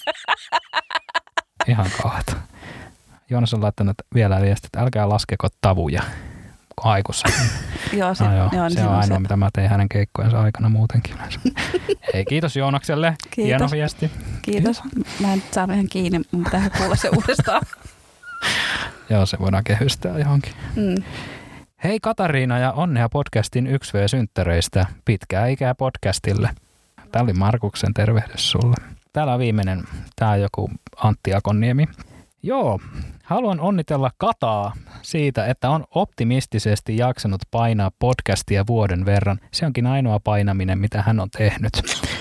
Ihan kauheata. Joonas on laittanut vielä viestit, että älkää laskeko tavuja haikussa. Joo, se on ainoa, mitä mä tein hänen keikkojensa aikana muutenkin. Hei, kiitos Joonakselle. Kiitos. Hieno viesti. Kiitos. Mä en saanut ihan kiinni, mun pitää kuulla se uudestaan. Joo, se voidaan kehystää johonkin. Hei Katariina ja onnea podcastin 1V-synttäreistä. Pitkää ikää podcastille. Tämä oli Markuksen tervehdys sulle. Täällä on viimeinen. Tämä on joku Antti Akonniemi. Joo, haluan onnitella Kataa siitä, että on optimistisesti jaksanut painaa podcastia vuoden verran. Se onkin ainoa painaminen, mitä hän on tehnyt.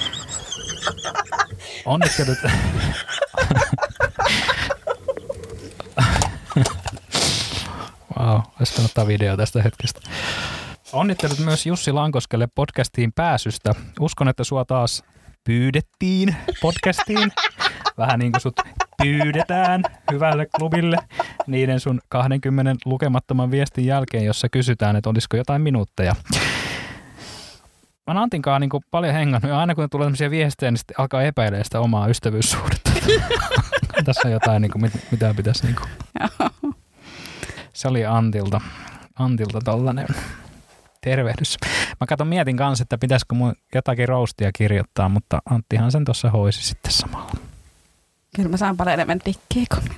Onnittelut. Wow, olisiko ottaa video tästä hetkestä. Onnittelut myös Jussi Lankoskelle podcastiin pääsystä. Uskon, että sua taas pyydettiin podcastiin. Vähän niin kuin sut pyydetään hyvälle klubille niiden sun 20 lukemattoman viestin jälkeen, jossa kysytään, että olisiko jotain minuutteja. Mä oon Antinkaan niin paljon hengannut ja aina kun tulee tämmöisiä viestejä, niin sitten alkaa epäilemään sitä omaa ystävyyssuhdetta. Tässä on jotain, niin kuin, mitä pitäisi. Niin kuin. Se oli Antilta tollanen tervehdys. Mä mietin kanssa, että pitäisikö mun jotakin roastia kirjoittaa, mutta Anttihan sen tuossa hoisi sitten samalla. Kyllä mä saan paljon enemmän dikkiä kuin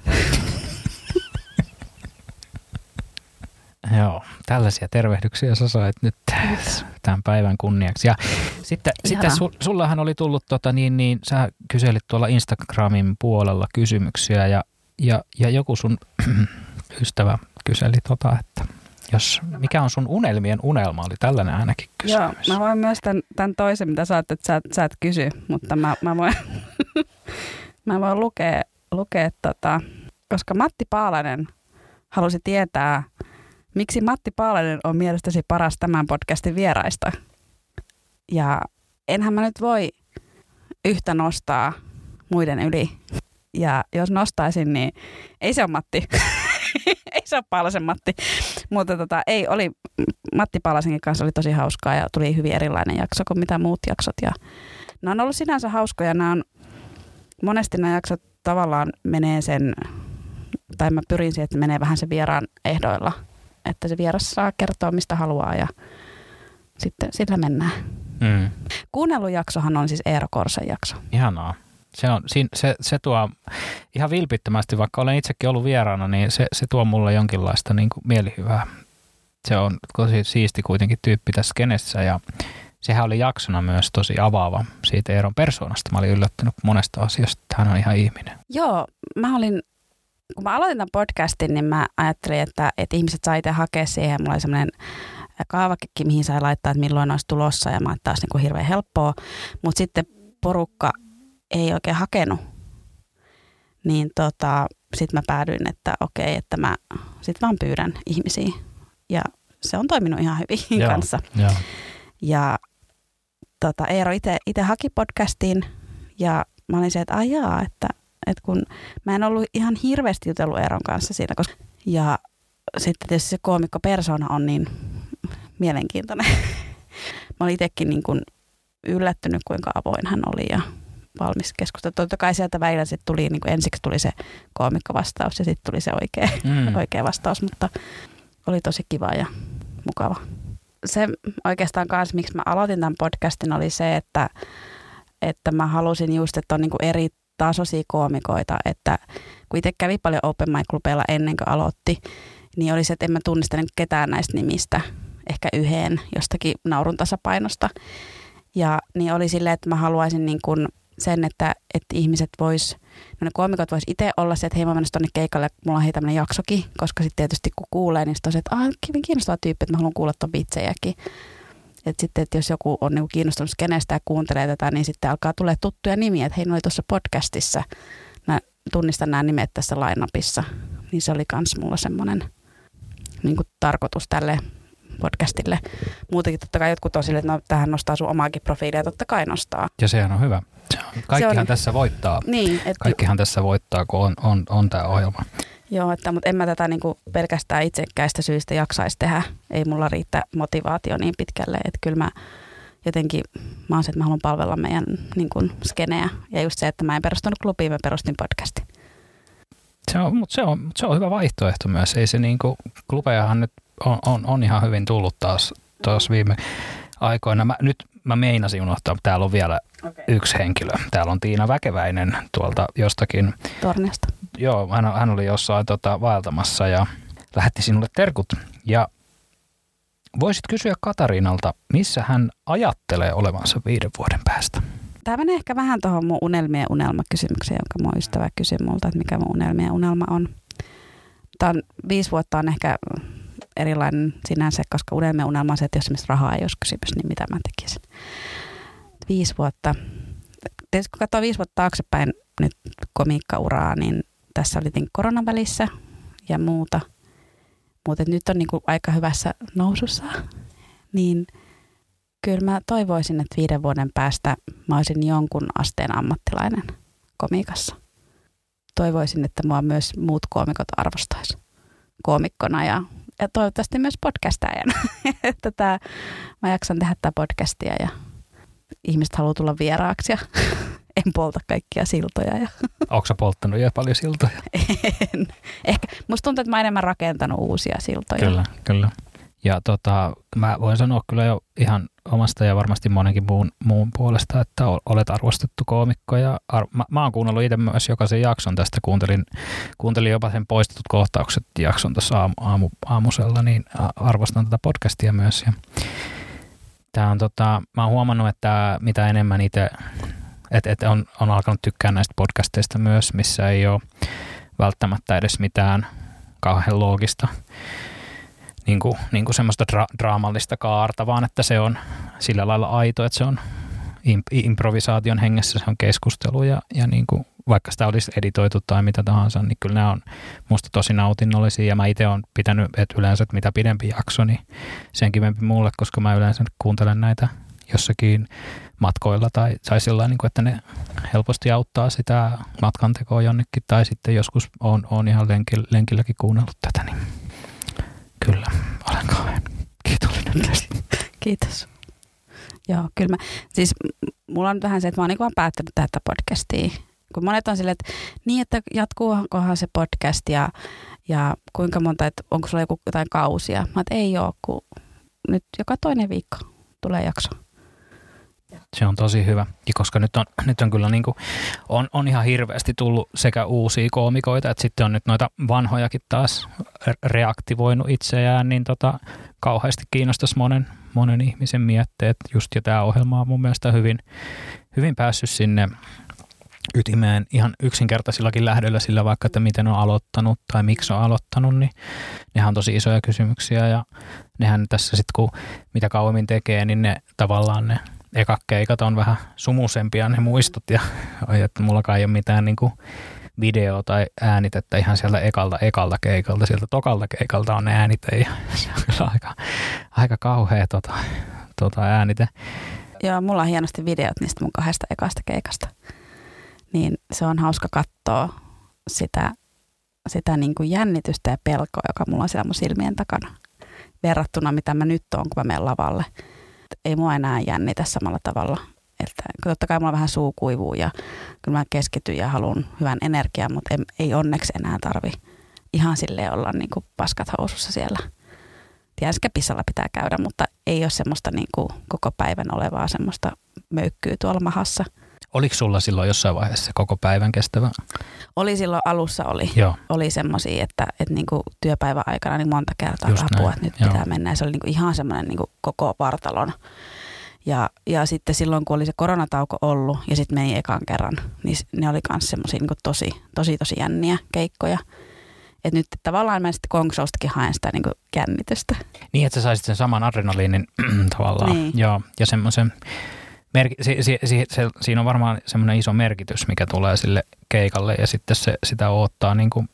Joo, tällaisia tervehdyksiä sä sait nyt tämän päivän kunniaksi. Ja sitten sullahan oli tullut, sä kyselit tuolla Instagramin puolella kysymyksiä ja joku sun ystävä kyseli että mikä on sun unelmien unelma, oli tällainen ainakin kysymys. Joo, mä voin myös tämän toisen, mitä sä oot, että sä et kysy, mutta mä voin, mä voin lukea koska Matti Paalanen halusi tietää, miksi Matti Paalanen on mielestäsi paras tämän podcastin vieraista. Ja enhän mä nyt voi yhtä nostaa muiden yli. Ja jos nostaisin, niin ei se ole Matti. Ei se ole Paalasen Matti. Mutta oli Matti Paalasenkin kanssa oli tosi hauskaa ja tuli hyvin erilainen jakso kuin mitä muut jaksot. Ja nämä on ollut sinänsä hauskoja. Monesti nämä jaksot tavallaan menee tai mä pyrin siihen, että menee vähän sen vieraan ehdoilla. Että se vieras saa kertoa mistä haluaa ja sitten sillä mennään. Kuunnellut jaksohan on siis Eero Korsen jakso. Ihanaa. Se tuo ihan vilpittömästi, vaikka olen itsekin ollut vieraana, niin se tuo mulle jonkinlaista niin kuin mielihyvää. Se on tosi siisti kuitenkin tyyppi tässä skenessä ja sehän oli jaksona myös tosi avaava siitä Eeron persoonasta. Mä olin yllättynyt monesta asiasta, että hän on ihan ihminen. Joo, kun mä aloitin tämän podcastin, niin mä ajattelin, että ihmiset saa itse hakea siihen. Mulla oli semmoinen kaavakekki, mihin sai laittaa, että milloin olisi tulossa ja mä ajattelin, taas niin hirveän helppoa. Mutta sitten porukka ei oikein hakenut. Niin sitten mä päädyin, että okei, että mä sitten vaan pyydän ihmisiä. Ja se on toiminut ihan hyvin kanssa. Joo. Ja Eero itse haki podcastiin ja mä olin se, että että kun mä en ollut ihan hirveästi jutellut Eeron kanssa siitä. Ja sitten tietysti se koomikko-persona on niin mielenkiintoinen. Mä olin itsekin niin kuin yllättynyt, kuinka avoin hän oli ja valmis keskustella. Totta kai sieltä välillä sitten tuli, niin kuin ensiksi tuli se koomikko-vastaus ja sitten tuli se oikea vastaus, mutta oli tosi kiva ja mukava. Se oikeastaan kanssa, miksi mä aloitin tämän podcastin, oli se, että mä halusin just, että on niin kuin eri tasoisia koomikoita, että kun itse kävi paljon open mic-klubeilla ennen kuin aloitti, niin oli se, että en mä tunnista ketään näistä nimistä, ehkä yhden jostakin naurun tasapainosta. Ja niin oli silleen, että mä haluaisin niin kuin sen, että ihmiset ne koomikot vois itse olla se, että hei mä mennä tonne keikalle, mulla on tämmöinen jaksokin, koska sitten tietysti kun kuulee, niin sitten on se, että kiinnostava tyyppi, että mä haluan kuulla ton vitsejäkin. Että sitten, että jos joku on niinku kiinnostunut skeneestä ja kuuntelee tätä, niin sitten alkaa tulee tuttuja nimiä, että hei, ne oli tuossa podcastissa. Mä tunnistan nämä nimet tässä line-upissa. Niin se oli kans mulla semmoinen niinku tarkoitus tälle podcastille. Muutenkin totta kai jotkut on silleen, että tähän nostaa sun omaakin profiilia, totta kai nostaa. Ja sehän on hyvä. Kaikkihan tässä voittaa. Niin, Kaikkihan tässä voittaa, kun on tämä ohjelma. Joo, mutta en mä tätä niinku pelkästään itsekkäistä syistä jaksaisi tehdä. Ei mulla riitä motivaatio niin pitkälle, että kyllä mä jotenkin, mä oon se, että mä haluan palvella meidän niin kuin skenejä. Ja just se, että mä en perustanut klubiin, mä perustin podcastin. Se on hyvä vaihtoehto myös. Ei se niinku, klubejahan nyt on ihan hyvin tullut taas viime aikoina. Mä meinasin unohtaa, että täällä on vielä yksi henkilö. Täällä on Tiina Väkeväinen tuolta jostakin. Torniosta. joo, hän oli jossain vaeltamassa ja lähetti sinulle terkut. Ja voisit kysyä Katariinalta, missä hän ajattelee olevansa 5 vuoden päästä? Tämä menee ehkä vähän tuohon mun unelmien unelmakysymykseen, jonka mun ystävä kysyi multa, että mikä mun unelmien unelma on. Tämä on 5 vuotta on ehkä erilainen sinänsä, koska unelmien unelma on se, että jos esimerkiksi rahaa ei olisi kysymys, niin mitä mä tekisin. 5 vuotta. Tietysti kun katsoo 5 vuotta taaksepäin nyt komiikkauraa, niin tässä oli koronan välissä ja muuta. Mutta nyt on niinku aika hyvässä nousussa. Niin kyllä mä toivoisin, että 5 vuoden päästä mä olisin jonkun asteen ammattilainen komiikassa. Toivoisin, että mua myös muut koomikot arvostaisi koomikkona ja toivottavasti myös podcastajana. Että mä jaksan tehdä tätä podcastia ja ihmiset haluaa tulla vieraaksi ja en polta kaikkia siltoja. Ootko sä polttanut jo paljon siltoja? En. Ehkä musta tuntuu, että mä oon enemmän rakentanut uusia siltoja. Kyllä. Ja mä voin sanoa kyllä jo ihan omasta ja varmasti monenkin muun puolesta, että olet arvostettu koomikko. Ja mä oon kuunnellut itse myös jokaisen jakson tästä. Kuuntelin jopa sen poistetut kohtaukset jakson tuossa aamusella, niin arvostan tätä podcastia myös. Ja tää on mä oon huomannut, että mitä enemmän itse, että on alkanut tykkää näistä podcasteista myös, missä ei ole välttämättä edes mitään kauhean loogista niin kuin semmoista draamallista kaarta, vaan että se on sillä lailla aito, että se on improvisaation hengessä, se on keskustelu ja niin kuin, vaikka sitä olisi editoitu tai mitä tahansa, niin kyllä nämä on musta tosi nautinnollisia ja mä itse olen pitänyt, että yleensä että mitä pidempi jakso, niin sen kivempi mulle, koska mä yleensä kuuntelen näitä jossakin matkoilla tai sillä niin kuin, että ne helposti auttaa sitä matkantekoa jonnekin tai sitten joskus on ihan lenkilläkin kuunnellut tätä, niin kyllä, olen kauhean kiitollinen tästä. Kiitos. Joo, kyllä siis mulla on vähän se, että mä oon niin vaan päättänyt tätä podcastia. Kun monet on silleen, että niin, että jatkuukohan se podcast ja kuinka monta, että onko sulla jotain kausia. Mä että ei ole, kun nyt joka toinen viikko tulee jakso. Se on tosi hyvä, ja koska nyt on kyllä niin kuin, on ihan hirveästi tullut sekä uusia koomikoita, että sitten on nyt noita vanhojakin taas reaktivoinut itseään, niin kauheasti kiinnostaisi monen ihmisen mietteet. Just jo tämä ohjelma on mun mielestä hyvin päässyt sinne ytimeen ihan yksinkertaisillakin lähdöillä sillä vaikka, että miten on aloittanut tai miksi on aloittanut, niin nehän on tosi isoja kysymyksiä ja nehän tässä sitten kun mitä kauemmin tekee, niin ne tavallaan ne ekat keikat on vähän sumusempia ne muistot ja että mullakaan ei ole mitään niinku video tai äänitettä ihan sieltä ekalta keikalta, sieltä tokalta keikalta on ne äänite ja se on kyllä aika kauhea äänite. Joo, mulla on hienosti videot niistä mun 2 ekasta keikasta. Niin se on hauska katsoa sitä niin kuin jännitystä ja pelkoa, joka mulla on siellä mun silmien takana verrattuna mitä mä nyt oon, kun mä menen lavalle. Ei mua enää jännitä samalla tavalla. Että totta kai mulla vähän suu kuivuu ja kyllä mä keskityn ja haluan hyvän energian, mutta ei onneksi enää tarvi ihan silleen olla niin kuin paskat housussa siellä. Tiedätkö, pissalla pitää käydä, mutta ei ole semmoista niin kuin koko päivän olevaa semmoista möykkyä tuolla mahassa. Oliko sulla silloin jossain vaiheessa koko päivän kestävä? Oli silloin alussa oli semmoisia, että niin kuin työpäivän aikana niin monta kertaa apua, että nyt pitää mennä. Ja se oli niin kuin ihan semmoinen niin kuin koko vartalon. Ja sitten silloin, kun oli se koronatauko ollut ja sitten meni ekan kerran, niin ne oli myös semmoisia niin tosi jänniä keikkoja. Että nyt tavallaan mä sitten Kongshowstakin haen sitä niin kuin jännitystä. Niin, että sä saisit sen saman adrenaliinin tavallaan. Niin. Joo, ja semmoisen siinä on varmaan semmoinen iso merkitys, mikä tulee sille keikalle ja sitten sitä odottaa niin kuin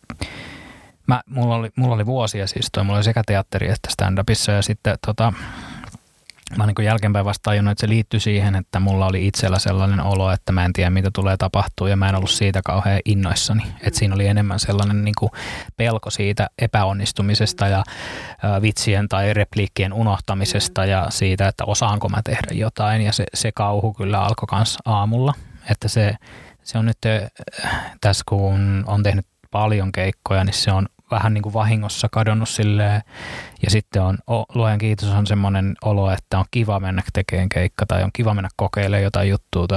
mulla oli vuosia siis mulla oli sekä teatteri että stand-upissa ja sitten mä niin kuin jälkeenpäin vasta tajunnut, että se liittyi siihen, että mulla oli itsellä sellainen olo, että mä en tiedä mitä tulee tapahtua ja mä en ollut siitä kauhean innoissani. Että siinä oli enemmän sellainen niin kuin pelko siitä epäonnistumisesta ja vitsien tai repliikkien unohtamisesta ja siitä, että osaanko mä tehdä jotain ja se kauhu kyllä alkoi kanssa aamulla. Että se on nyt tässä kun on tehnyt paljon keikkoja, niin se on vähän niin kuin vahingossa kadonnut silleen ja sitten luojan kiitos on semmoinen olo, että on kiva mennä tekemään keikka tai on kiva mennä kokeilemaan jotain juttua tai just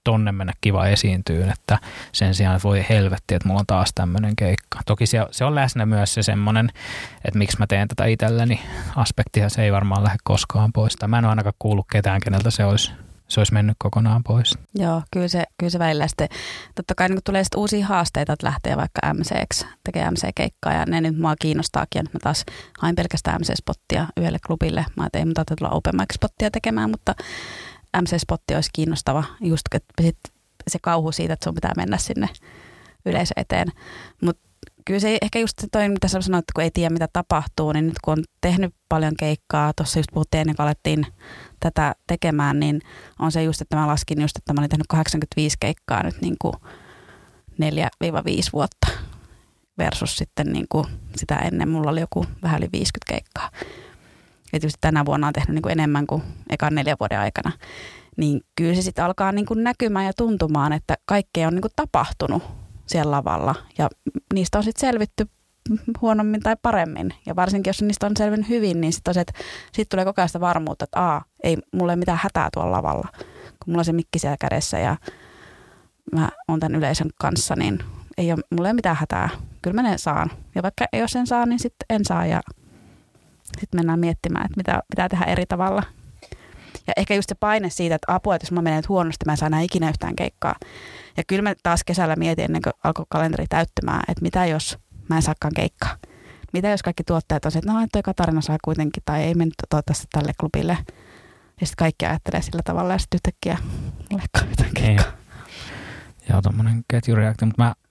tonne mennä kiva esiintyyn, että sen sijaan voi helvetti, että mulla on taas tämmöinen keikka. Toki se on läsnä myös se semmoinen, että miksi mä teen tätä itselleni aspektia, se ei varmaan lähde koskaan pois. Mä en ole ainakaan kuullut ketään, keneltä se olisi mennyt kokonaan pois. Joo, kyllä se välillä sitten, totta kai niin tulee sitten uusia haasteita, että lähtee vaikka tekee MC-keikkaa ja ne nyt mua kiinnostaakin. Ja nyt mä taas hain pelkästään MC-spottia yhdelle klubille. Mä ei mun tulla open mic-spottia tekemään, mutta MC-spotti olisi kiinnostava just se kauhu siitä, että sun pitää mennä sinne yleisö eteen. Mutta kyllä se ehkä just toi, mitä sä sanoit, että kun ei tiedä mitä tapahtuu, niin nyt kun on tehnyt paljon keikkaa, tuossa just puhuttiin ennen kuin alettiin tätä tekemään, niin on se just, että mä laskin just, että mä olin tehnyt 85 keikkaa nyt niin kuin 4-5 vuotta versus sitten niin kuin sitä ennen mulla oli joku vähän yli 50 keikkaa. Ja tietysti tänä vuonna on tehnyt niin kuin enemmän kuin ekan 4 vuoden aikana. Niin kyllä se sitten alkaa niin kuin näkymään ja tuntumaan, että kaikkea on niin kuin tapahtunut siellä lavalla. Ja niistä on sitten selvitty huonommin tai paremmin. Ja varsinkin, jos niistä on selvinnyt hyvin, niin sitten tulee koko ajan sitä varmuutta, että ei mulla ole mitään hätää tuolla lavalla. Kun mulla on se mikki siellä kädessä ja mä oon tämän yleisön kanssa, niin mulla ei ole mitään hätää. Kyllä mä ne saan. Ja vaikka jos en saa, niin sitten en saa. Ja sitten mennään miettimään, että mitä pitää tehdä eri tavalla. Ja ehkä just se paine siitä, että apua, että jos mä menen nyt huonosti, mä en saa enää ikinä yhtään keikkaa. Ja kyllä mä taas kesällä mietin ennen kuin alkoi kalenteri täyttymään, että mitä jos mä en saakaan keikkaa. Mitä jos kaikki tuottajat on se, että toi Katarina saa kuitenkin tai ei mennyt toivottavasti tälle klubille. Ja sitten kaikki ajattelee sillä tavalla ja sitten yhtäkkiä mullekaan yhtään keikkaa. Joo, tommonen ketjureaktio, mutta mä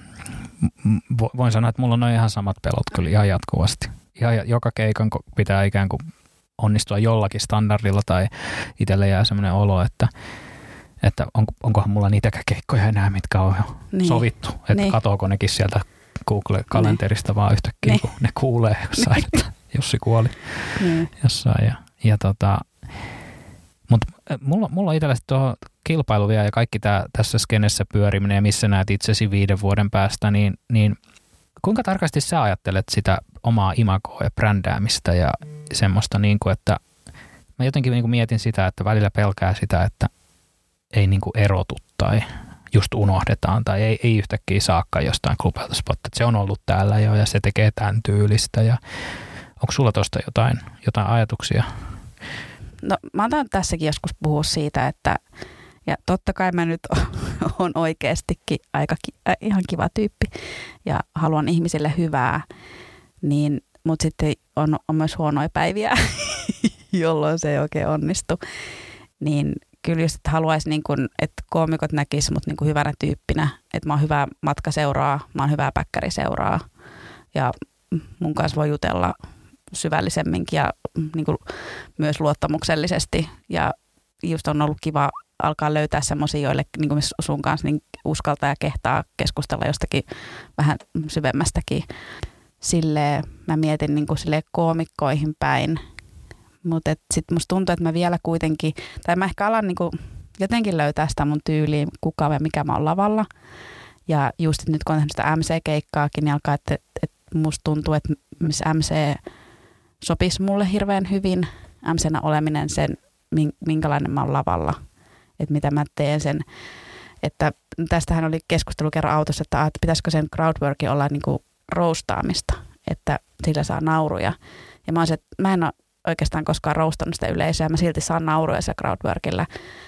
voin sanoa, että mulla on ihan samat pelot kyllä ihan jatkuvasti. Ihan joka keikan pitää ikään kuin onnistua jollakin standardilla tai itselle jää semmoinen olo, että onkohan mulla niitäkään keikkoja enää, mitkä on jo sovittu. Että katoako nekin sieltä Google-kalenterista vaan yhtäkkiä, kun ne kuulee jossain, että Jussi kuoli jossain. Mutta mulla on itsellesi tuohon kilpailu vielä ja kaikki tässä skenessä pyöriminen ja missä näet itsesi 5 vuoden päästä, niin kuinka tarkasti sä ajattelet sitä omaa imagoa ja brändäämistä ja semmoista, niin kuin, että mä jotenkin niin kuin mietin sitä, että välillä pelkää sitä, että ei niin kuin erotu tai just unohdetaan tai ei yhtäkkiä saakaan jostain klubilta spottia. Se on ollut täällä jo ja se tekee tämän tyylistä. Ja onko sulla tuosta jotain ajatuksia? No mä oon tässäkin joskus puhua siitä, että ja totta kai mä nyt on oikeastikin ihan kiva tyyppi ja haluan ihmisille hyvää, mutta sitten on myös huonoja päiviä, jolloin se ei oikein onnistu. Niin kyllä just, että haluaisi, niin kun, että koomikot näkisivät mut niin kun hyvänä tyyppinä, että mä oon hyvä matkaseuraa, mä oon hyvää päkkäriseuraa ja mun kanssa voi jutella syvällisemminkin ja niin kun myös luottamuksellisesti ja just on ollut kiva alkaa löytää semmoisia, joille niin kuin sun kanssa niin uskaltaa ja kehtaa keskustella jostakin vähän syvemmästäkin. Silleen mä mietin niin kuin silleen koomikkoihin päin, mutta sitten musta tuntuu, että mä vielä kuitenkin, tai mä ehkä alan niin kuin jotenkin löytää sitä mun tyyliä, kuka ja mikä mä oon lavalla. Ja just nyt kun on tehnyt sitä MC-keikkaakin, niin alkaa, että musta tuntuu, että missä MC sopisi mulle hirveän hyvin, MC:nä oleminen sen, minkälainen mä oon lavalla. Että mitä mä teen sen, että tästähän oli keskustelu kerran autossa, että pitäisikö sen crowdworkin olla niinku roustaamista, että sillä saa nauruja. Ja mä oon se, että mä en ole oikeastaan koskaan roustannut sitä yleisöä, mä silti saan nauruja siellä crowdworkilla.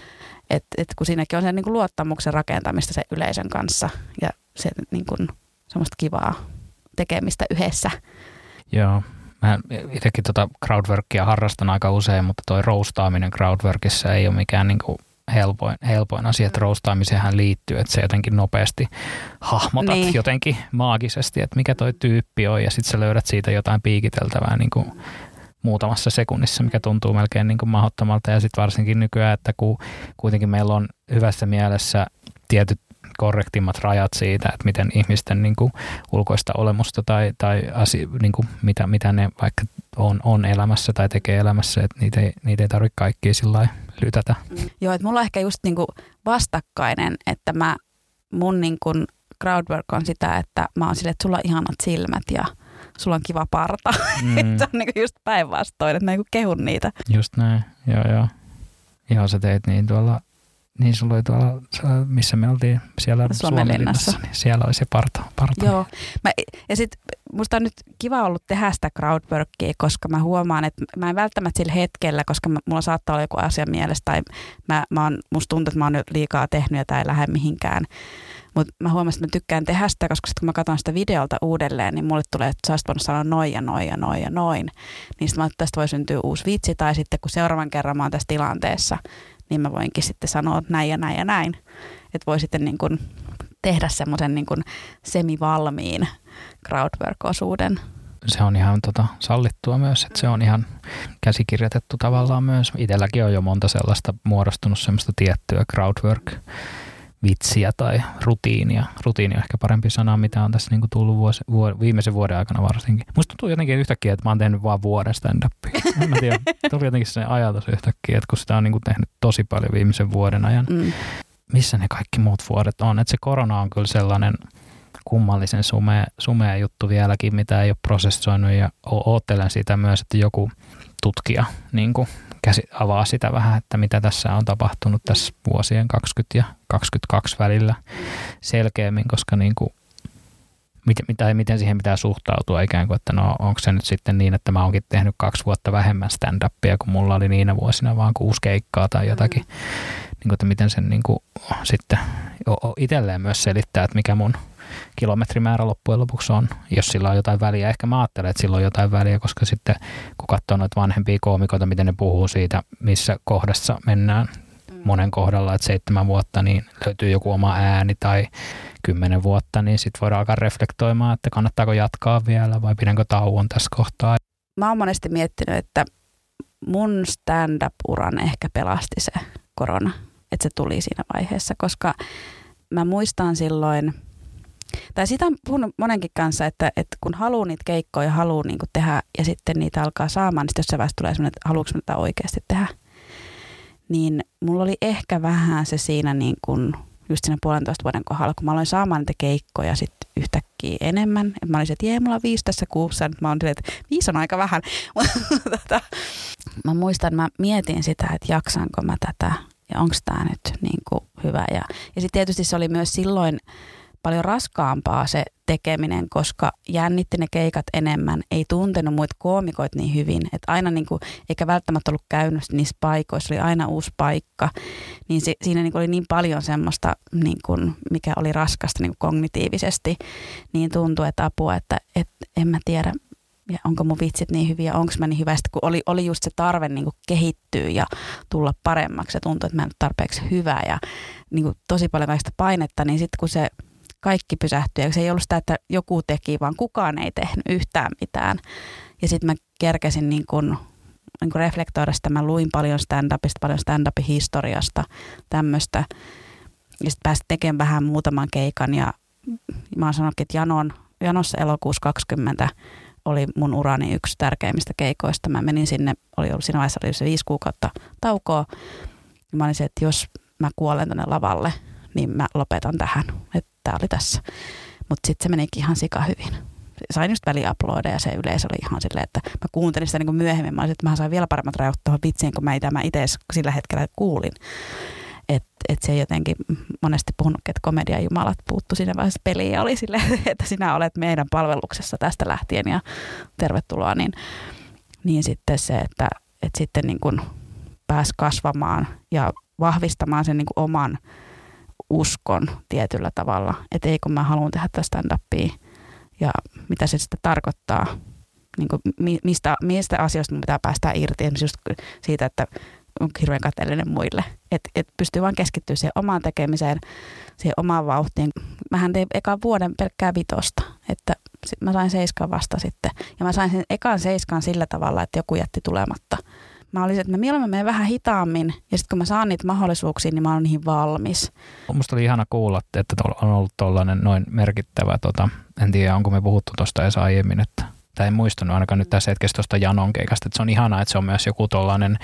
Että kun siinäkin on se niinku luottamuksen rakentamista sen yleisön kanssa ja se niinku semmoista kivaa tekemistä yhdessä. Joo. Mä itsekin crowdworkia harrastan aika usein, mutta toi roustaaminen crowdworkissa ei ole mikään niinku helpoin asia, että roustaamiseenhan liittyy, että se jotenkin nopeasti hahmotat jotenkin maagisesti, että mikä toi tyyppi on ja sitten sä löydät siitä jotain piikiteltävää niin kuin muutamassa sekunnissa, mikä tuntuu melkein niin kuin mahdottomalta ja sitten varsinkin nykyään, että kun kuitenkin meillä on hyvässä mielessä tietyt korrektimmat rajat siitä, että miten ihmisten niin kuin ulkoista olemusta tai niin kuin mitä ne vaikka on elämässä tai tekee elämässä, että niitä ei tarvitse kaikkia sillä lailla lytätä. Joo, että mulla on ehkä just niin kuin vastakkainen, että mun niin kuin crowdwork on sitä, että mä oon silleen, että sulla on ihanat silmät ja sulla on kiva parta. Se on niin kuin just päinvastoin, että mä niin kuin kehun niitä. Just näin, joo. Ihan sä teit niin tuolla Niin sulla oli tuolla, missä me oltiin siellä Suomenlinnassa, niin siellä oli se parta. Joo, ja sitten musta on nyt kiva ollut tehdä sitä crowdworkia, koska mä huomaan, että mä en välttämättä sillä hetkellä, koska mulla saattaa olla joku asia mielessä, tai musta tuntuu, että mä oon nyt liikaa tehnyt ja tää ei lähde mihinkään. Mutta mä huomasin, että mä tykkään tehdä sitä, koska sitten kun mä katson sitä videolta uudelleen, niin mulle tulee, että sä olisit voinut sanoa noin ja noin ja noin ja noin. Niin sitten tästä voi syntyä uusi vitsi, tai sitten kun seuraavan kerran mä oon tässä tilanteessa, niin mä voinkin sitten sanoa näin ja näin ja näin. Että voi sitten niin kun tehdä semmoisen niin kun semivalmiin crowdwork-osuuden. Se on ihan sallittua myös, että se on ihan käsikirjoitettu tavallaan myös. Itselläkin on jo monta sellaista muodostunut semmoista tiettyä crowdwork-vitsiä tai rutiinia. Rutiini on ehkä parempi sana, mitä on tässä niinku tullut viimeisen vuoden aikana varsinkin. Musta tuntuu jotenkin yhtäkkiä, että mä oon tehnyt vaan vuoden stand-upia. En mä tiedä, tuli jotenkin se ajatus yhtäkkiä, että kun sitä on niinku tehnyt tosi paljon viimeisen vuoden ajan. Missä ne kaikki muut vuodet on? Että se korona on kyllä sellainen kummallisen sumea juttu vieläkin, mitä ei ole prosessoinut, ja oottelen sitä myös, että joku tutkija niin kuin avaa sitä vähän, että mitä tässä on tapahtunut tässä vuosien 20 ja 22 välillä selkeämmin, koska niin kuin, miten siihen pitää suhtautua ikään kuin, että no onko se nyt sitten niin, että mä oonkin tehnyt 2 vuotta vähemmän stand-upia, kun mulla oli niinä vuosina vaan 6 keikkaa tai jotakin, niin kuin, että miten sen niin kuin, sitten itselleen myös selittää, että mikä mun kilometrimäärä loppujen lopuksi on, jos sillä on jotain väliä. Ehkä mä ajattelen, että sillä on jotain väliä, koska sitten kun katsoo noita vanhempia koomikoita, miten ne puhuu siitä, missä kohdassa mennään monen kohdalla, että 7 vuotta, niin löytyy joku oma ääni tai 10 vuotta, niin sitten voidaan alkaa reflektoimaan, että kannattaako jatkaa vielä vai pidänkö tauon tässä kohtaa. Mä oon monesti miettinyt, että mun stand-up-uran ehkä pelasti se korona, että se tuli siinä vaiheessa, koska mä muistan silloin, tai sitä on puhunut monenkin kanssa, että kun haluaa niitä keikkoja, haluaa niinku tehdä ja sitten niitä alkaa saamaan, niin sitten jossain vaiheessa tulee sellainen, että haluanko mä tätä oikeasti tehdä. Niin mulla oli ehkä vähän se siinä niin kuin just siinä 1,5 vuoden kohdalla, kun mä aloin saamaan niitä keikkoja sitten yhtäkkiä enemmän. Et mä olisin, että mulla on 5 tässä kuussa. Nyt mä oon silleen, että 5 on aika vähän. Mä muistan, että mä mietin sitä, että jaksanko mä tätä ja onko tää nyt niin kuin hyvä. Ja sitten tietysti se oli myös silloin paljon raskaampaa se tekeminen, koska jännitti ne keikat enemmän, ei tuntenut muita koomikoita niin hyvin, että aina niin kuin, eikä välttämättä ollut käynyt niissä paikoissa, oli aina uusi paikka, niin siinä niin kuin oli niin paljon semmoista, niin kuin, mikä oli raskasta niin kuin kognitiivisesti, niin tuntui, että apua, että en mä tiedä, ja onko mun vitsit niin hyviä, onko mä niin hyvä, sitten kun oli just se tarve niin kuin kehittyä ja tulla paremmaksi ja tuntui, että mä en ole tarpeeksi hyvä ja niin kuin tosi paljon kaikista painetta, niin sitten kun se kaikki pysähtyi. Ja se ei ollut sitä, että joku teki, vaan kukaan ei tehnyt yhtään mitään. Ja sitten mä kerkesin niin kun reflektoida sitä. Mä luin paljon stand-upista, paljon stand-upin historiasta, tämmöistä. Ja sitten pääsin tekemään vähän muutaman keikan. Ja mä oon sanonut, että Janossa elokuussa 20 oli mun urani yksi tärkeimmistä keikoista. Mä menin sinne, oli ollut siinä vaiheessa oli se 5 kuukautta taukoa. Ja mä olin se, että jos mä kuolen tänne lavalle, niin mä lopetan tähän. Että tää oli tässä. Mutta sitten se menikin ihan sika hyvin. Sain just väliuploadeja ja se yleisö oli ihan silleen, että mä kuuntelin sitä niin kuin myöhemmin. Mä olisin, että mä sain vielä paremmat rajut tuohon vitsiin, kun mä itse sillä hetkellä kuulin. Että se jotenkin monesti puhunutkin, että komedian jumalat puuttu siinä vaiheessa peliin ja oli silleen, että sinä olet meidän palveluksessa tästä lähtien ja tervetuloa. Niin sitten se, että sitten niin kuin pääsi kasvamaan ja vahvistamaan sen niin kuin oman uskon tietyllä tavalla, että ei kun mä haluan tehdä tästä stand-upia ja mitä se sitten tarkoittaa, niin kuin mistä asioista mun pitää päästä irti, esimerkiksi just siitä, että on hirveän kateellinen muille, että pystyy vaan keskittyä siihen omaan tekemiseen, siihen omaan vauhtiin. Mähän tein ekan vuoden pelkkää 5, että mä sain 7 vasta sitten ja mä sain sen ekan 7 sillä tavalla, että joku jätti tulematta. Mä olisin, että mä mieluummin menen vähän hitaammin ja sitten kun mä saan niitä mahdollisuuksia, niin mä oon niihin valmis. Musta oli ihana kuulla, että on ollut tollainen noin merkittävä, en tiedä onko me puhuttu tuosta edes aiemmin, tai en muistanut ainakaan nyt tässä hetkessä tuosta Janon keikasta, että se on ihanaa, että se on myös joku tollainen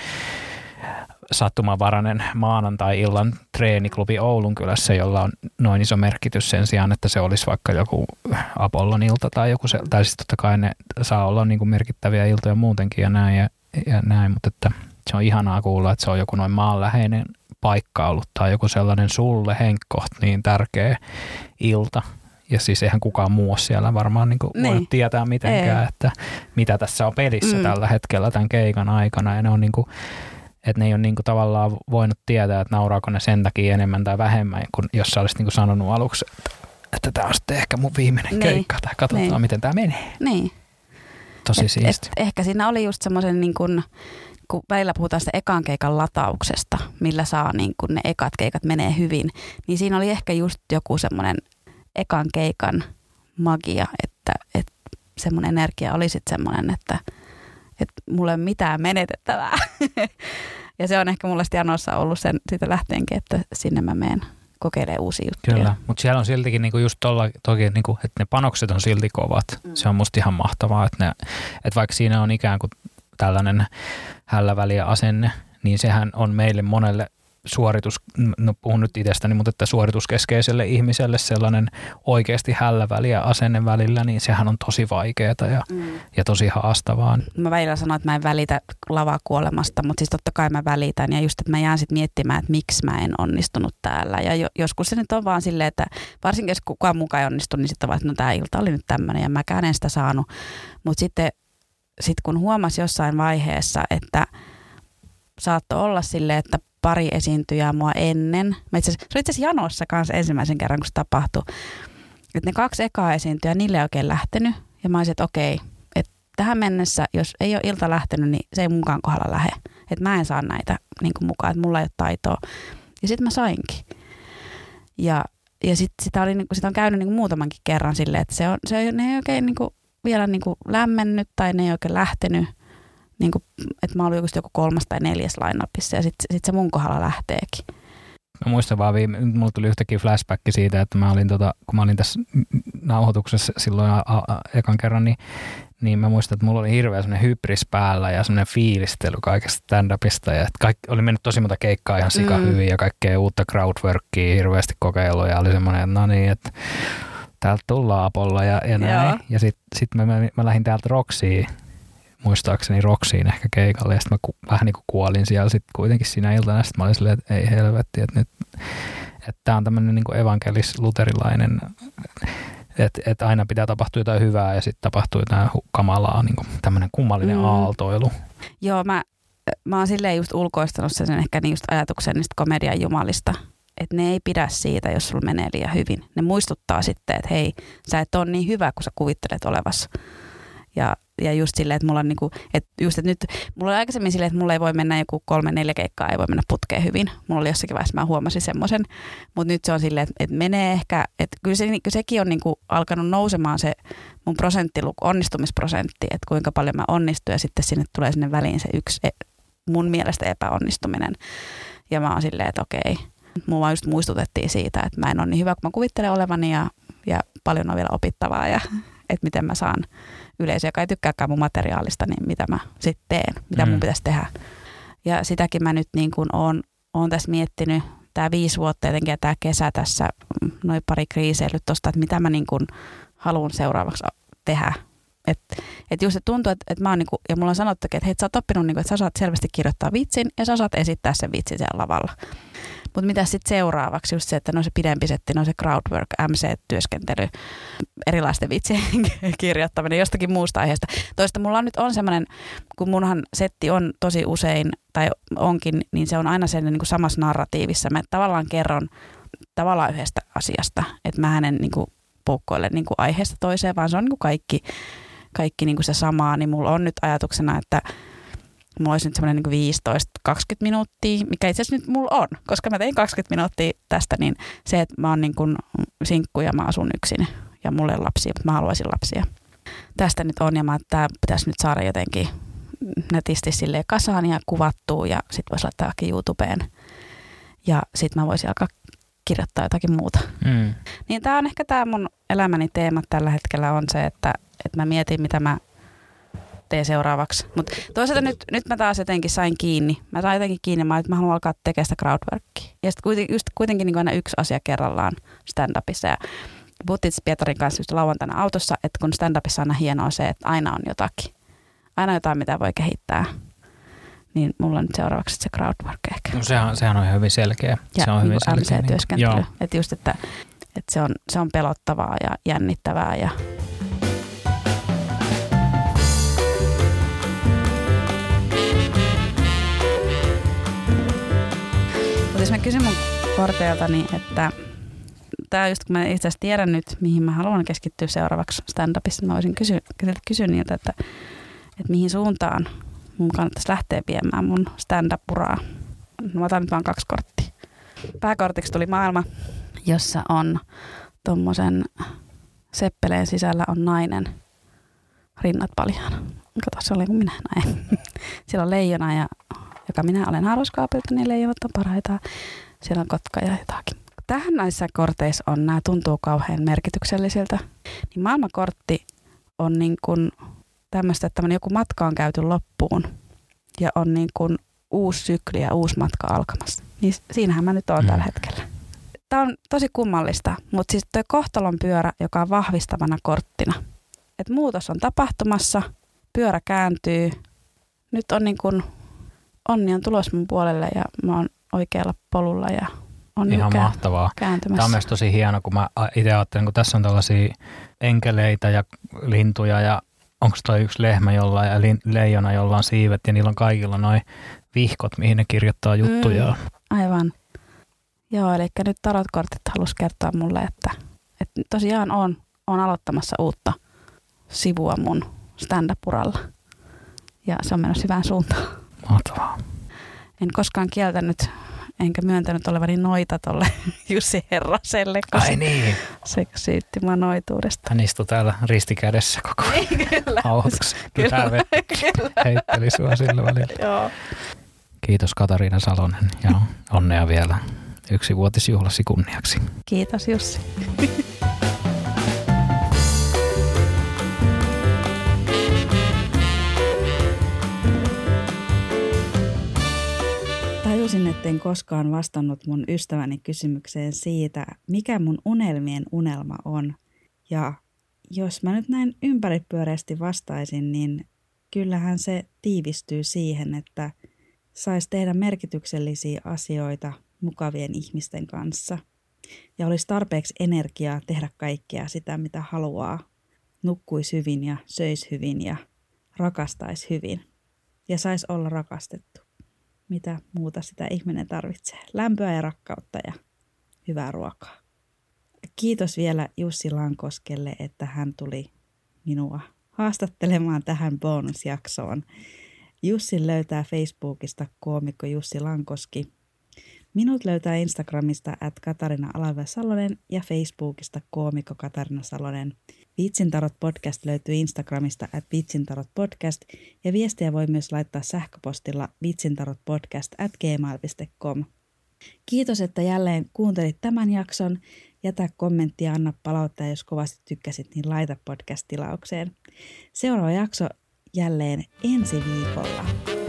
sattumanvarainen maanantai-illan treeniklubi Oulun kylässä, jolla on noin iso merkitys sen sijaan, että se olisi vaikka joku Apollon ilta tai joku se, tai siis totta kai ne saa olla niin kuin merkittäviä iltoja muutenkin ja näin, mutta että se on ihanaa kuulla, että se on joku noin maanläheinen paikka ollut tai joku sellainen sulle henkkoht niin tärkeä ilta. Ja siis eihän kukaan muu siellä varmaan niin kuin voi tietää mitenkään, että mitä tässä on pelissä tällä hetkellä tämän keikan aikana. Ja ne on niin kuin, että ne ei ole niin kuin tavallaan voinut tietää, että nauraako ne sen takia enemmän tai vähemmän, kun jos sä olisit niin kuin sanonut aluksi, että tämä on sitten ehkä mun viimeinen keikka tai katsotaan miten tämä menee. Niin. Tosi siisti. Ehkä siinä oli just semmoisen, niin kun välillä puhutaan sitä ekan keikan latauksesta, millä saa niin kun ne ekat keikat menee hyvin, niin siinä oli ehkä just joku semmoinen ekan keikan magia, että semmoinen energia oli sitten semmoinen, että mulla ei ole mitään menetettävää. Ja se on ehkä mulla Janossa ollut sen siitä lähteenkin, että sinne mä menen kokeilemaan uusia juttuja. Kyllä, mutta siellä on siltikin niinku just toki, niinku, että ne panokset on silti kovat. Se on musta ihan mahtavaa, että vaikka siinä on ikään kuin tällainen hälläväliä asenne, niin sehän on meille monelle puhun nyt itsestäni, mutta että suorituskeskeiselle ihmiselle sellainen oikeasti hälläväliä asenne välillä, niin sehän on tosi vaikeaa ja tosi haastavaa. Mä välillä sanon, että mä en välitä lavakuolemasta, mutta siis totta kai mä välitän ja just, että mä jään sitten miettimään, että miksi mä en onnistunut täällä. Ja joskus se nyt on vaan silleen, että varsinkin jos kukaan mukaan ei onnistu, niin sitten on vaan, että no tää ilta oli nyt tämmöinen ja mäkään en sitä saanut. Mutta sitten kun huomasi jossain vaiheessa, että saattoi olla silleen, että pari esiintyjää mua ennen. Se oli itse asiassa Janossa kanssa ensimmäisen kerran, kun se tapahtui. Että ne 2 ekaa esiintyjää, niille ei oikein lähtenyt. Ja mä olisin, että okei, että tähän mennessä, jos ei ole ilta lähtenyt, niin se ei munkaan kohdalla lähde. Että mä en saa näitä niin kuin mukaan, että mulla ei ole taitoa. Ja sitten mä sainkin. Ja sitä on käynyt niin kuin muutamankin kerran silleen, että ne ei oikein niin kuin vielä niin kuin lämmennyt tai ne ei oikein lähtenyt. Niin kuin, että mä olin joku 3. tai 4. line-upissa ja sit se mun kohdalla lähteekin. Mä muistan vaan mulla tuli yhtäkkiä flashback siitä, että mä olin kun mä olin tässä nauhoituksessa silloin ekan kerran, niin mä muistan, että mulla oli hirveä semmoinen hybris päällä ja semmoinen fiilistely kaikesta stand-upista ja kaikki oli mennyt tosi monta keikkaa ihan sika hyvin ja kaikkea uutta crowdworkia hirveästi kokeillut ja oli semmoinen, että no niin, että täältä tullaan Apolla ja näin. Ja sit mä lähdin täältä Roxiin. Muistaakseni Roxiin ehkä keikalle, ja sitten mä vähän niin kuin kuolin siellä sitten kuitenkin siinä iltana, sitten mä olin silleen, että ei helvetti, että nyt, että tää on tämmöinen niin kuin evankelis-luterilainen, että aina pitää tapahtua jotain hyvää, ja sitten tapahtuu jotain kamalaa, niin kuin tämmöinen kummallinen aaltoilu. Joo, mä oon silleen just ulkoistanut sen ehkä niin just ajatuksen niistä komedian jumalista, että ne ei pidä siitä, jos sulla menee liian hyvin. Ne muistuttaa sitten, että hei, sä et ole niin hyvä, kun sä kuvittelet olevassa. Ja just silleen, että mulla on niinku, että nyt, mulla oli aikaisemmin silleen, että mulla ei voi mennä joku 3-4 keikkaa, ei voi mennä putkeen hyvin. Mulla oli jossakin vaiheessa, mä huomasin semmoisen, mutta nyt se on silleen, että menee ehkä, että kyllä sekin on niinku alkanut nousemaan se mun prosenttiluku, onnistumisprosentti, että kuinka paljon mä onnistun ja sitten sinne tulee sinne väliin se yksi mun mielestä epäonnistuminen. Ja mä oon silleen, että okei, mua vaan just muistutettiin siitä, että mä en ole niin hyvä kuin mä kuvittelen olevani ja paljon on vielä opittavaa ja että miten mä saan yleisö, joka ei tykkääkään mun materiaalista, niin mitä mä sitten teen, mitä mun pitäisi tehdä. Ja sitäkin mä nyt niin kuin oon tässä miettinyt, tämä 5 vuotta jotenkin ja tämä kesä tässä, noin pari kriiseilyt tuosta, että mitä mä niin kuin haluan seuraavaksi tehdä. Että just se tuntuu, että mä oon niin kuin, ja mulla on sanottukin, että hei, sä oot oppinut, niin kuin, että sä saat selvästi kirjoittaa vitsin ja sä saat esittää sen vitsin siellä lavalla. Mutta mitä sitten seuraavaksi, just se, että no se pidempi setti, no se crowdwork, MC-työskentely, erilaisten vitsien kirjoittaminen jostakin muusta aiheesta. Toista mulla on semmoinen, kun munhan setti on tosi usein, tai onkin, niin se on aina sen niin kuin samassa narratiivissa. Mä tavallaan kerron tavallaan yhdestä asiasta, että mä en niin kuin poukkoile niin kuin aiheesta toiseen, vaan se on niin kuin kaikki niin kuin se samaa, niin mulla on nyt ajatuksena, että mulla olisi nyt semmoinen niin 15-20 minuuttia, mikä itse asiassa nyt mulla on, koska mä tein 20 minuuttia tästä, niin se, että mä oon niin kuin sinkku ja mä asun yksin ja mulla ei ole lapsia, mutta mä haluaisin lapsia. Tästä nyt on ja tämä pitäisi nyt saada jotenkin netisti silleen kasaan ja kuvattua ja sitten voisi laittaa vaikka YouTubeen ja sitten mä voisin alkaa kirjoittaa jotakin muuta. Niin tämä on ehkä tämä mun elämäni teema tällä hetkellä on se, että mä mietin mitä mä teen seuraavaksi. Mutta toisaalta nyt mä taas jotenkin sain kiinni. Mä sain jotenkin kiinni, että mä haluan alkaa tekemään sitä crowdworkia. Ja sitten kuitenkin niin aina yksi asia kerrallaan stand-upissa. Ja puhuttiin Pietarin kanssa just lauantaina autossa, että kun stand-upissa on aina hienoa se, että aina on jotakin. Aina jotain, mitä voi kehittää. niin mulla on nyt seuraavaksi se crowdwork ehkä. No sehän on hyvin selkeä. Ja se on hyvin niin selkeä. MC-työskentely. Että just, että se on pelottavaa ja jännittävää ja jos mä kysyn mun korteiltani, että tämä just kun mä itse asiassa tiedän nyt, mihin mä haluan keskittyä seuraavaksi stand-upissa, mä voisin kysyä niiltä, että mihin suuntaan mun kannattaisi lähteä viemään mun stand-up-uraa. Mä otan nyt vaan 2 korttia. Pääkortiksi tuli maailma, jossa on tommosen seppeleen sisällä on nainen rinnat paljaana. Kato, se oli kuin minä näin. Siellä on leijona, joka minä olen haaruskaapilta, niin leijonat on parhaita. Siellä on kotka ja jotakin. Tähän näissä korteissa on, nämä tuntuu kauhean merkityksellisiltä. Niin maailmankortti on niin kuin tämmöistä, että joku matka on käyty loppuun ja on niin kuin uusi sykli ja uusi matka alkamassa. Niin siinähän mä nyt oon tällä hetkellä. Tämä on tosi kummallista, mutta siis tuo kohtalon pyörä, joka on vahvistavana korttina. Että muutos on tapahtumassa, pyörä kääntyy. Nyt on niin kuin onni on tulos mun puolelle ja mä oon oikealla polulla ja on ihan mahtavaa. Kääntymässä. Tämä on myös tosi hieno, kun mä itse ajattelen, kun tässä on tällaisia enkeleitä ja lintuja ja onko toi yksi lehmä jollain ja leijona, jolla on siivet ja niillä on kaikilla noi vihkot, mihin ne kirjoittaa juttuja. Aivan. Joo, eli nyt tarotkortit halusi kertoa mulle, että tosiaan on aloittamassa uutta sivua mun stand-up-uralla. Ja se on menossa hyvään suuntaan. Mahtavaa. En koskaan kieltänyt enkä myöntänyt olevani noita tolle Jussi Herraselle. Ai niin. Se syytti mua noituudesta. Hän istui täällä ristikädessä koko aloituksen. Kyllä. Heitteli sua sillä välillä. Joo. Kiitos Katariina Salonen ja onnea vielä 1-vuotisjuhlasi kunniaksi. Kiitos Jussi. Tajusin, etten koskaan vastannut mun ystäväni kysymykseen siitä, mikä mun unelmien unelma on. Ja jos mä nyt näin ympäripyöreästi vastaisin, niin kyllähän se tiivistyy siihen, että sais tehdä merkityksellisiä asioita mukavien ihmisten kanssa. Ja olisi tarpeeksi energiaa tehdä kaikkea sitä, mitä haluaa. Nukkuisi hyvin ja söisi hyvin ja rakastaisi hyvin. Ja sais olla rakastettu. Mitä muuta sitä ihminen tarvitsee. Lämpöä ja rakkautta ja hyvää ruokaa. Kiitos vielä Jussi Lankoskelle, että hän tuli minua haastattelemaan tähän bonusjaksoon. Jussi löytää Facebookista koomikko Jussi Lankoski. Minut löytää Instagramista @Katarina_Salonen ja Facebookista koomikko Katarina Salonen. Viitsintarot podcast löytyy Instagramista @viitsintarotpodcast ja viestiä voi myös laittaa sähköpostilla viitsintarotpodcast@gmail.com. Kiitos, että jälleen kuuntelit tämän jakson. Jätä kommentti ja anna palautetta, jos kovasti tykkäsit, niin laita podcast-tilaukseen. Seuraava jakso jälleen ensi viikolla.